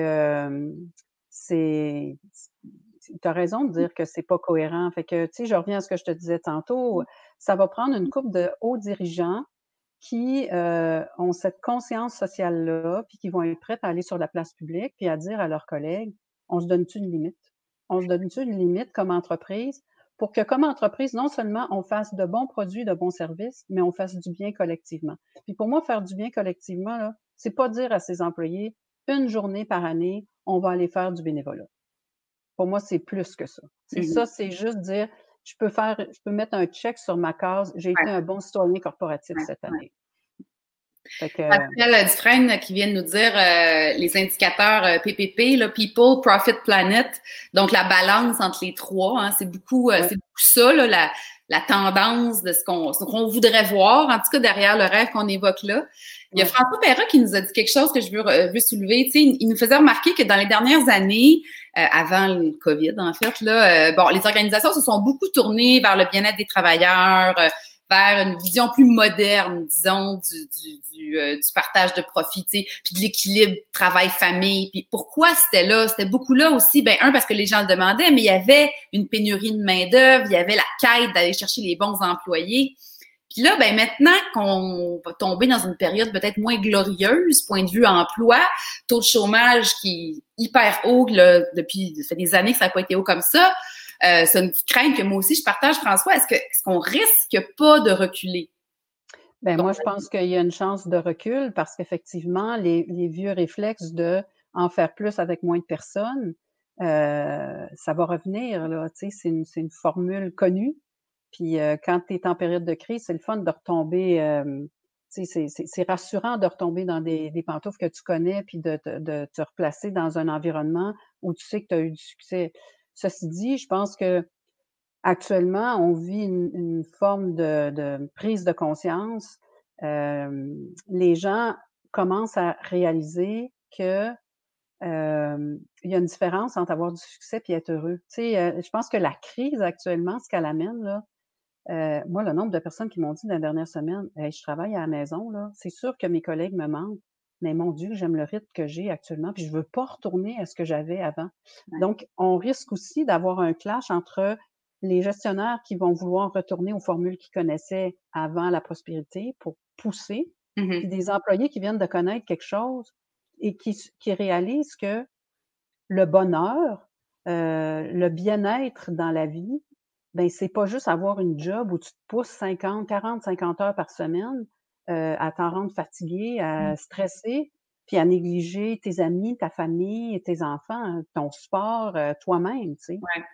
[SPEAKER 2] c'est tu as raison de dire que c'est pas cohérent. Fait que, tu sais, je reviens à ce que je te disais tantôt, ça va prendre une couple de hauts dirigeants qui, ont cette conscience sociale-là, puis qui vont être prêts à aller sur la place publique, puis à dire à leurs collègues: «On se donne-tu une limite? On se donne-tu une limite comme entreprise?» pour que, comme entreprise, non seulement on fasse de bons produits, de bons services, mais on fasse du bien collectivement. Puis pour moi, faire du bien collectivement, là, c'est pas dire à ses employés: «Une journée par année, on va aller faire du bénévolat». Pour moi, c'est plus que ça. C'est ça,
[SPEAKER 1] Mhm.
[SPEAKER 2] c'est juste dire: je peux mettre un check sur ma case, j'ai
[SPEAKER 1] Ouais,
[SPEAKER 2] été un bon citoyen corporatif
[SPEAKER 1] ouais,
[SPEAKER 2] cette
[SPEAKER 1] ouais.
[SPEAKER 2] année. Fait que
[SPEAKER 1] Pascal Dufresne qui vient de nous dire les indicateurs PPP, là, People, Profit, Planet. Donc, la balance entre les trois, hein,
[SPEAKER 2] ouais,
[SPEAKER 1] c'est beaucoup ça, là, la tendance de ce qu'on voudrait voir, en tout cas derrière le rêve qu'on évoque là. Il y a
[SPEAKER 2] ouais.
[SPEAKER 1] François Perra qui nous a dit quelque chose que je veux soulever. Tu sais, il nous faisait remarquer que dans les dernières années, avant le COVID, en fait, là, bon, les organisations se sont beaucoup tournées vers le bien-être des travailleurs, vers une vision plus moderne, disons, du partage de profit, tu sais, puis de l'équilibre travail-famille. Puis pourquoi c'était là? C'était beaucoup là aussi, ben parce que les gens le demandaient, mais il y avait une pénurie de main-d'œuvre, il y avait la quête d'aller chercher les bons employés. Puis là, ben maintenant qu'on va tomber dans une période peut-être moins glorieuse, point de vue emploi, taux de chômage qui est hyper haut là, depuis ça fait des années que ça n'a pas été haut comme ça. C'est une petite crainte que moi aussi je partage, François. Est-ce qu'on risque pas de reculer?
[SPEAKER 2] Ben moi, je pense qu'il y a une chance de recul parce qu'effectivement, les vieux réflexes de en faire plus avec moins de personnes, ça va revenir, là. Tu sais, c'est une formule connue. Puis quand tu es en période de crise, c'est le fun de retomber, tu sais, c'est rassurant de retomber dans des pantoufles que tu connais, puis de te replacer dans un environnement où tu sais que tu as eu du succès. Ceci dit, je pense que actuellement, on vit une forme de prise de conscience. Les gens commencent à réaliser que, il y a une différence entre avoir du succès et être heureux. Tu sais, je pense que la crise actuellement, ce qu'elle amène là, moi, le nombre de personnes qui m'ont dit la dernière semaine: «Hey, je travaille à la maison là, c'est sûr que mes collègues me manquent, mais mon Dieu, j'aime le rythme que j'ai actuellement, puis je veux pas retourner à ce que j'avais avant».
[SPEAKER 1] Ouais.
[SPEAKER 2] Donc, on risque aussi d'avoir un clash entre les gestionnaires qui vont vouloir retourner aux formules qu'ils connaissaient avant la prospérité pour pousser, puis
[SPEAKER 1] Mhm.
[SPEAKER 2] des employés qui viennent de connaître quelque chose et qui réalisent que le bonheur, le bien-être dans la vie, ben, c'est pas juste avoir une job où tu te pousses 50 heures par semaine, à t'en rendre fatigué, à stresser, puis à négliger tes amis, ta famille, tes enfants, ton sport, toi-même, tu sais?
[SPEAKER 1] Ouais.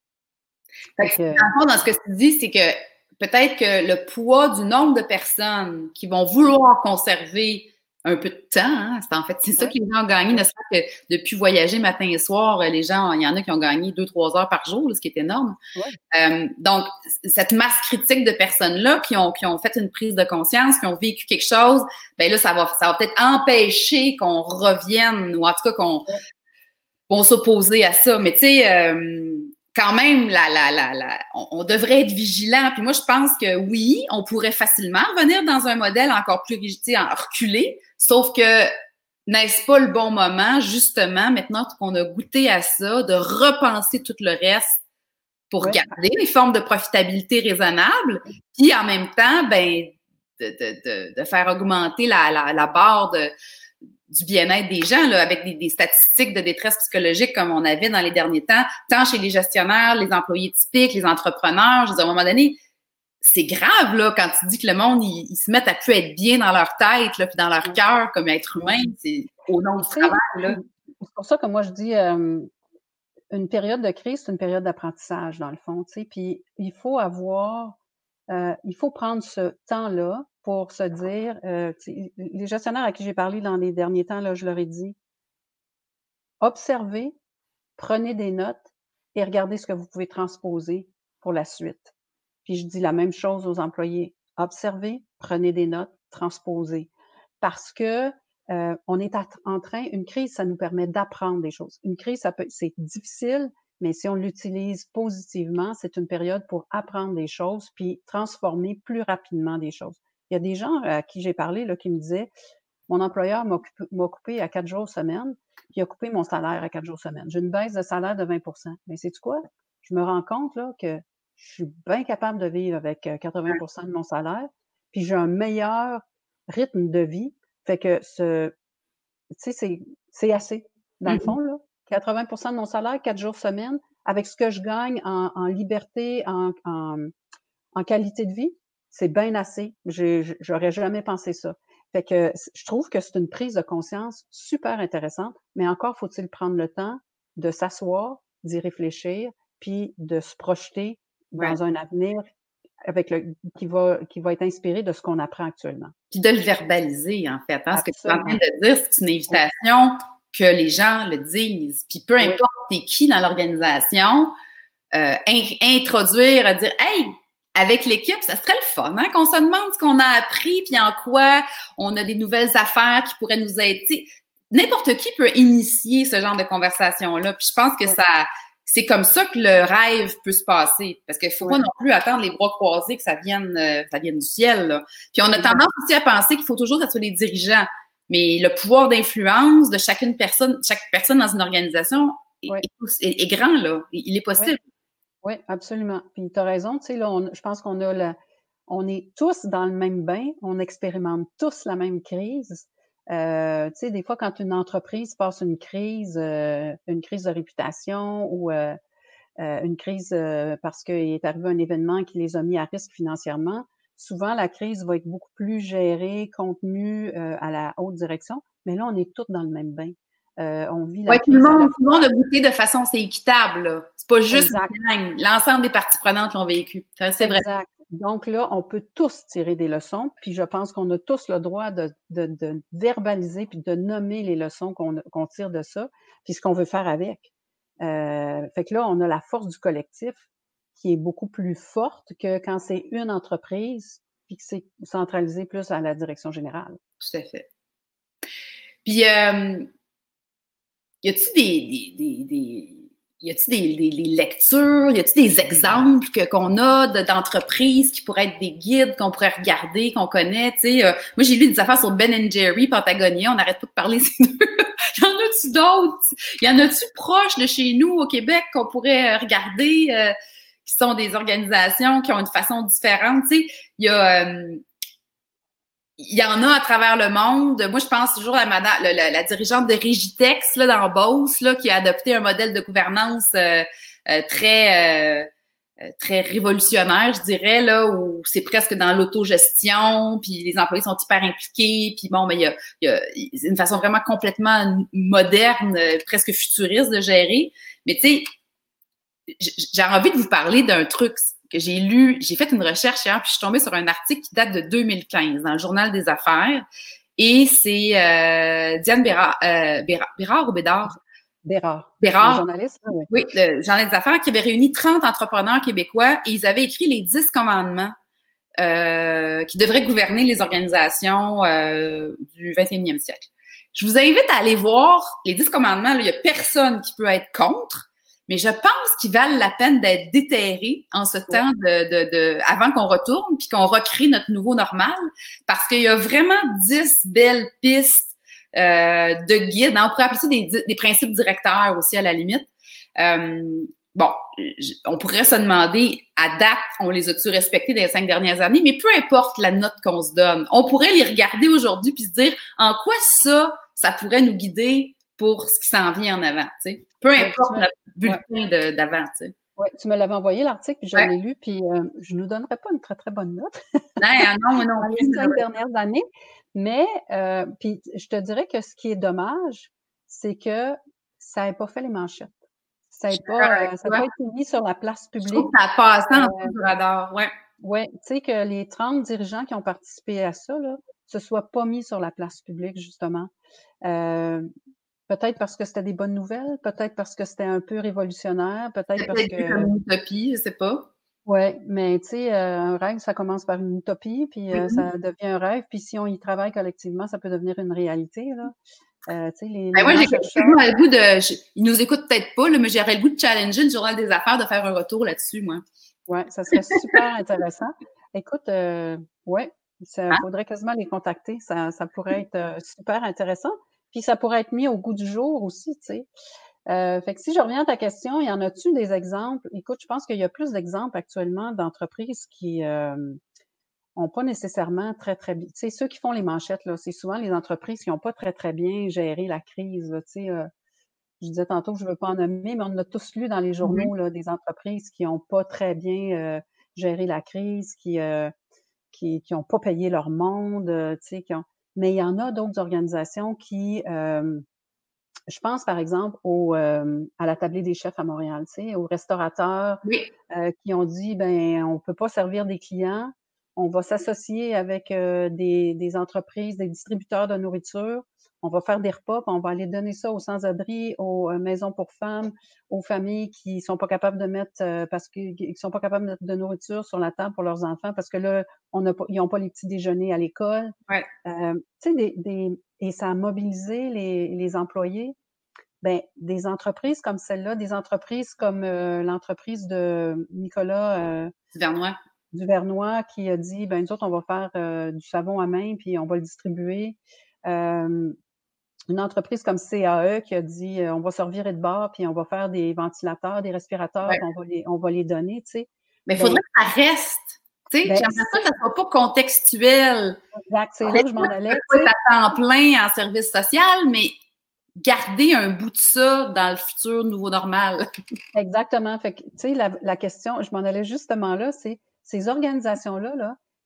[SPEAKER 1] Fait
[SPEAKER 2] Fait
[SPEAKER 1] que,
[SPEAKER 2] que
[SPEAKER 1] dans le fond, dans ce que tu dis, c'est que peut-être que le poids du nombre de personnes qui vont vouloir conserver un peu de temps, hein, en fait, c'est ça
[SPEAKER 2] ouais,
[SPEAKER 1] que les gens ont gagné, ne
[SPEAKER 2] ouais,
[SPEAKER 1] serait-ce que depuis voyager matin et soir, les gens, il y en a qui ont gagné 2, 3 heures par jour, là, ce qui est énorme.
[SPEAKER 2] ouais,
[SPEAKER 1] Donc, cette masse critique de personnes-là qui ont fait une prise de conscience, qui ont vécu quelque chose, ben là, ça va peut-être empêcher qu'on revienne, ou en tout cas
[SPEAKER 2] ouais,
[SPEAKER 1] qu'on s'opposer à ça. Mais tu sais, quand même, on devrait être vigilant. Puis moi, je pense que oui, on pourrait facilement revenir dans un modèle encore plus rigide, en reculé, sauf que n'est-ce pas le bon moment, justement, maintenant qu'on a goûté à ça, de repenser tout le reste pour
[SPEAKER 2] ouais,
[SPEAKER 1] garder les formes de profitabilité raisonnables, puis en même temps, ben, de faire augmenter la barre du bien-être des gens, là, avec des statistiques de détresse psychologique comme on avait dans les derniers temps, tant chez les gestionnaires, les employés typiques, les entrepreneurs. Je veux dire, à un moment donné, c'est grave là quand tu dis que le monde ils se mettent à plus être bien dans leur tête là, puis dans leur
[SPEAKER 2] ouais,
[SPEAKER 1] cœur comme être
[SPEAKER 2] ouais.
[SPEAKER 1] humain, c'est au nom du
[SPEAKER 2] Tu sais,
[SPEAKER 1] travail là.
[SPEAKER 2] c'est pour ça que moi je dis, une période de crise, c'est une période d'apprentissage dans le fond, tu sais, puis il faut prendre ce temps-là pour se dire, tu sais, les gestionnaires à qui j'ai parlé dans les derniers temps, là, je leur ai dit: «Observez, prenez des notes et regardez ce que vous pouvez transposer pour la suite». Puis je dis la même chose aux employés: «Observez, prenez des notes, transposez». Parce que, on est en train une crise, ça nous permet d'apprendre des choses. Une crise, ça peut c'est difficile, mais si on l'utilise positivement, c'est une période pour apprendre des choses puis transformer plus rapidement des choses. Il y a des gens à qui j'ai parlé là, qui me disaient: «Mon employeur m'a coupé à 4 jours semaine, puis il a coupé mon salaire à 4 jours semaine. J'ai une baisse de salaire de 20. Mais sais-tu quoi? Je me rends compte là que je suis bien capable de vivre avec, 80 de mon salaire, puis j'ai un meilleur rythme de vie. Fait que tu sais, c'est assez, dans le
[SPEAKER 1] Mm-hmm.
[SPEAKER 2] fond, là. 80 de mon salaire, 4 jours semaine, avec ce que je gagne en liberté, en qualité de vie, c'est bien assez. J'aurais jamais pensé ça. Fait que je trouve que c'est une prise de conscience super intéressante, mais encore faut-il prendre le temps de s'asseoir, d'y réfléchir, puis de se projeter
[SPEAKER 1] Ouais.
[SPEAKER 2] dans un avenir qui va être inspiré de ce qu'on apprend actuellement.
[SPEAKER 1] Puis de le verbaliser, en fait. Hein? Ce que tu es en train
[SPEAKER 2] Absolument.
[SPEAKER 1] de dire, c'est une
[SPEAKER 2] Oui,
[SPEAKER 1] invitation que les gens le disent. Puis peu
[SPEAKER 2] oui,
[SPEAKER 1] importe t'es qui dans l'organisation, introduire, à dire hey, avec l'équipe, ça serait le fun, hein, qu'on se demande ce qu'on a appris, puis en quoi on a des nouvelles affaires qui pourraient nous aider. T'sais, n'importe qui peut initier ce genre de conversation-là. Puis je pense que
[SPEAKER 2] oui,
[SPEAKER 1] c'est comme ça que le rêve peut se passer. Parce qu'il faut
[SPEAKER 2] oui,
[SPEAKER 1] pas non plus attendre les bras croisés que ça vienne du ciel. Là. Puis on a
[SPEAKER 2] exact.
[SPEAKER 1] tendance aussi à penser qu'il faut toujours que ce soit les dirigeants. Mais le pouvoir d'influence de chaque personne dans une organisation
[SPEAKER 2] Oui,
[SPEAKER 1] est grand, là. Il est
[SPEAKER 2] oui,
[SPEAKER 1] possible.
[SPEAKER 2] oui, absolument. Puis tu as raison, tu sais, là, je pense on est tous dans le même bain, on expérimente tous la même crise. Tu sais, des fois, quand une entreprise passe une crise de réputation ou une crise parce qu'il est arrivé un événement qui les a mis à risque financièrement, souvent la crise va être beaucoup plus gérée, contenue à la haute direction, mais là, on est tous dans le même bain. On vit la crise à la
[SPEAKER 1] tout le monde a goûté de façon, c'est équitable, là. C'est pas juste une gang. L'ensemble des parties prenantes l'ont vécu. C'est vrai.
[SPEAKER 2] Exact. Donc là, on peut tous tirer des leçons, puis je pense qu'on a tous le droit de verbaliser puis de nommer les leçons qu'on tire de ça, puis ce qu'on veut faire avec. Fait que là, on a la force du collectif qui est beaucoup plus forte que quand c'est une entreprise puis que c'est centralisé plus à la direction générale.
[SPEAKER 1] Tout à fait. Puis, y a-t-il des lectures, y a-t-il des exemples qu'on a d'entreprises qui pourraient être des guides qu'on pourrait regarder, qu'on connaît, tu sais? Moi, j'ai lu des affaires sur Ben & Jerry, Patagonia, on n'arrête pas de parler de ces deux. Y en a-tu d'autres? Y en a-tu proches de chez nous au Québec qu'on pourrait regarder, qui sont des organisations qui ont une façon différente, tu sais? Il y en a à travers le monde. Moi, je pense toujours à la dirigeante de Régitex, là, dans Beauce, là, qui a adopté un modèle de gouvernance très révolutionnaire, je dirais, là, où c'est presque dans l'autogestion, puis les employés sont hyper impliqués, puis bon, mais il y a une façon vraiment complètement moderne, presque futuriste de gérer. Mais tu sais, j'ai envie de vous parler d'un truc que j'ai lu. J'ai fait une recherche hier, puis je suis tombée sur un article qui date de 2015 dans le Journal des Affaires. Et c'est Diane Bérard ou Bédard?
[SPEAKER 2] Bérard.
[SPEAKER 1] Bérard.
[SPEAKER 2] Le journaliste, oui.
[SPEAKER 1] Oui, le Journal des Affaires qui avait réuni 30 entrepreneurs québécois et ils avaient écrit les 10 commandements qui devraient gouverner les organisations du 21e siècle. Je vous invite à aller voir les 10 commandements. Là, il n'y a personne qui peut être contre. Mais je pense qu'ils valent la peine d'être déterrés en ce temps avant qu'on retourne puis qu'on recrée notre nouveau normal, parce qu'il y a vraiment 10 belles pistes de guides. On pourrait appeler ça des principes directeurs aussi à la limite. Bon, on pourrait se demander, à date, on les a-tu respectés dans les 5 dernières années, mais peu importe la note qu'on se donne, on pourrait les regarder aujourd'hui puis se dire en quoi ça pourrait nous guider pour ce qui s'en vient en avant, tu sais. Peu importe notre bulletin d'avant, tu sais.
[SPEAKER 2] Oui, tu me l'avais envoyé, l'article, puis je l'ai lu, puis je ne nous donnerais pas une très, très bonne note.
[SPEAKER 1] Non,
[SPEAKER 2] dans les 5 dernières années. Mais, puis je te dirais que ce qui est dommage, c'est que ça n'ait pas fait les manchettes. Ça n'a pas été mis sur la place publique. Je trouve
[SPEAKER 1] que ça a passé en dessous du radar, ouais.
[SPEAKER 2] Oui, tu sais, que les 30 dirigeants qui ont participé à ça, là, se soient pas mis sur la place publique, justement. Peut-être parce que c'était des bonnes nouvelles, peut-être parce que c'était un peu révolutionnaire, peut-être parce que...
[SPEAKER 1] comme une utopie, je sais pas.
[SPEAKER 2] Oui, mais tu sais, un rêve, ça commence par une utopie, puis ça devient un rêve, puis si on y travaille collectivement, ça peut devenir une réalité, là. Tu sais,
[SPEAKER 1] moi, j'ai le goût de... Ils nous écoutent peut-être pas, là, mais j'aurais le goût de challenger le Journal des Affaires, de faire un retour là-dessus, moi.
[SPEAKER 2] Oui, ça serait super intéressant. Écoute, ouais, ça faudrait quasiment les contacter. Ça pourrait être super intéressant. Puis ça pourrait être mis au goût du jour aussi, tu sais. Fait que si je reviens à ta question, y en a-tu des exemples? Écoute, je pense qu'il y a plus d'exemples actuellement d'entreprises qui ont pas nécessairement très, très bien. Tu sais, ceux qui font les manchettes, là, c'est souvent les entreprises qui n'ont pas très, très bien géré la crise, là, tu sais. Je disais tantôt que je ne veux pas en nommer, mais on a tous lu dans les journaux là, des entreprises qui n'ont pas très bien géré la crise, qui n'ont pas payé leur monde, tu sais, mais il y en a d'autres organisations qui, je pense par exemple à la Tablée des chefs à Montréal, tu sais, aux restaurateurs qui ont dit, ben, on peut pas servir des clients, on va s'associer avec des entreprises, des distributeurs de nourriture. On va faire des repas, puis on va aller donner ça aux sans-abri, aux maisons pour femmes, aux familles qui sont pas capables de mettre parce qu'ils sont pas capables de mettre de nourriture sur la table pour leurs enfants parce que là, ils n'ont pas les petits déjeuners à l'école.
[SPEAKER 1] Ouais.
[SPEAKER 2] Tu sais, et ça a mobilisé les employés. Ben, des entreprises comme celle-là, des entreprises comme l'entreprise de Nicolas Duvernois qui a dit, ben nous autres, on va faire du savon à main puis on va le distribuer. Une entreprise comme CAE qui a dit on va se revirer de bord puis on va faire des ventilateurs, des respirateurs, on va les donner, tu sais.
[SPEAKER 1] Mais il faudrait que ça reste. Tu sais, j'aimerais ça que ça soit pas contextuel.
[SPEAKER 2] Exact, c'est là que je m'en allais.
[SPEAKER 1] Tu sais, à temps plein en service social, mais garder un bout de ça dans le futur nouveau normal.
[SPEAKER 2] Exactement. Fait que, tu sais, la question, je m'en allais justement là, c'est ces organisations-là, là,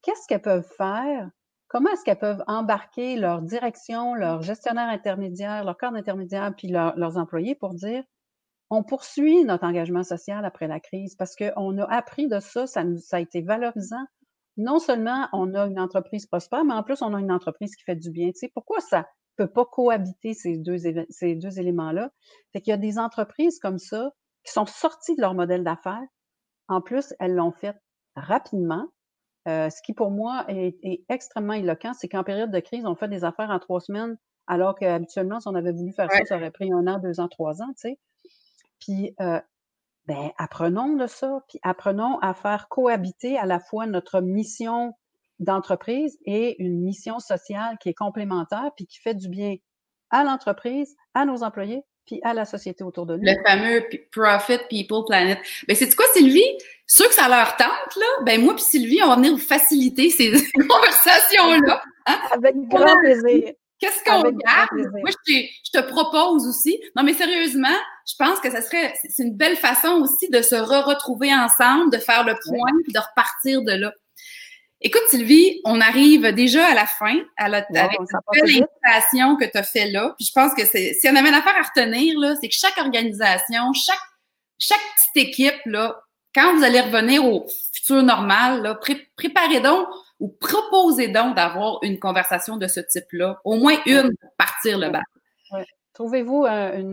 [SPEAKER 2] qu'est-ce qu'elles peuvent faire? Comment est-ce qu'elles peuvent embarquer leur direction, leur gestionnaire intermédiaire, leur cadre intermédiaire, puis leurs employés pour dire, on poursuit notre engagement social après la crise parce qu'on a appris de ça, ça a été valorisant. Non seulement on a une entreprise prospère, mais en plus, on a une entreprise qui fait du bien. Tu sais, pourquoi ça peut pas cohabiter ces deux éléments-là? Fait qu'il y a des entreprises comme ça qui sont sorties de leur modèle d'affaires. En plus, elles l'ont fait rapidement. Ce qui, pour moi, est extrêmement éloquent, c'est qu'en période de crise, on fait des affaires en 3 semaines, alors qu'habituellement, si on avait voulu faire ça aurait pris 1 an, 2 ans, 3 ans, tu sais. Puis, ben, apprenons de ça, puis apprenons à faire cohabiter à la fois notre mission d'entreprise et une mission sociale qui est complémentaire, puis qui fait du bien à l'entreprise, à nos employés, puis à la société autour de nous.
[SPEAKER 1] Le fameux Profit, People, Planet. Ben, c'est quoi, Sylvie? Ceux que ça leur tente, là, ben, moi puis Sylvie, on va venir vous faciliter ces conversations-là. Hein?
[SPEAKER 2] Avec grand plaisir.
[SPEAKER 1] Qu'est-ce qu'on garde? Moi, je te propose aussi. Non, mais sérieusement, je pense que c'est une belle façon aussi de se retrouver ensemble, de faire le point, puis de repartir de là. Écoute, Sylvie, on arrive déjà à la fin avec cette belle invitation que tu as fait là. Puis je pense que si on avait une affaire à retenir, là, c'est que chaque organisation, chaque petite équipe, là, quand vous allez revenir au futur normal, là, préparez donc ou proposez donc d'avoir une conversation de ce type-là, au moins une pour partir le bal.
[SPEAKER 2] Ouais. Trouvez-vous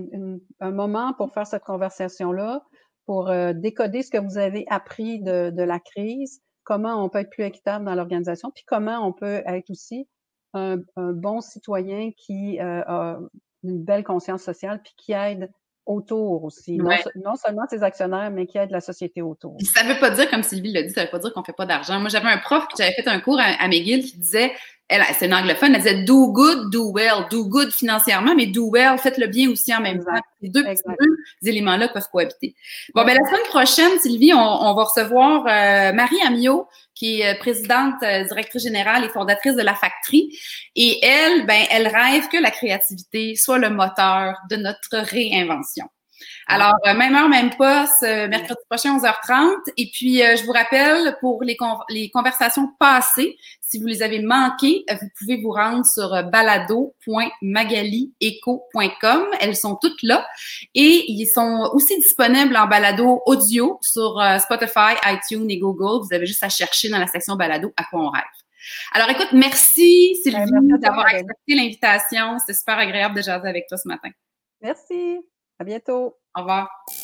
[SPEAKER 2] un moment pour faire cette conversation-là, pour décoder ce que vous avez appris de la crise, comment on peut être plus équitable dans l'organisation, puis comment on peut être aussi un bon citoyen qui a une belle conscience sociale, puis qui aide autour aussi. Ouais. Non seulement ses actionnaires, mais qui aide la société autour.
[SPEAKER 1] Ça veut pas dire, comme Sylvie l'a dit, ça veut pas dire qu'on fait pas d'argent. Moi, j'avais un prof qui j'avais fait un cours à McGill qui disait, c'est une anglophone, elle disait do good, do well. Do good financièrement, mais do well, faites le bien aussi en même temps. Ces deux éléments-là peuvent cohabiter. Bon, ben la semaine prochaine, Sylvie, on va recevoir Marie Amiot, qui est présidente, directrice générale et fondatrice de La Factory. Et elle, ben, elle rêve que la créativité soit le moteur de notre réinvention. Alors, même heure, même poste, mercredi prochain, 11h30. Et puis, je vous rappelle, pour les conversations passées, si vous les avez manquées, vous pouvez vous rendre sur balado.magalieco.com. Elles sont toutes là. Et ils sont aussi disponibles en balado audio sur Spotify, iTunes et Google. Vous avez juste à chercher dans la section balado à quoi on rêve. Alors, écoute, merci Sylvie d'avoir accepté l'invitation. C'était super agréable de jaser avec toi ce matin.
[SPEAKER 2] Merci. À bientôt.
[SPEAKER 1] Au revoir.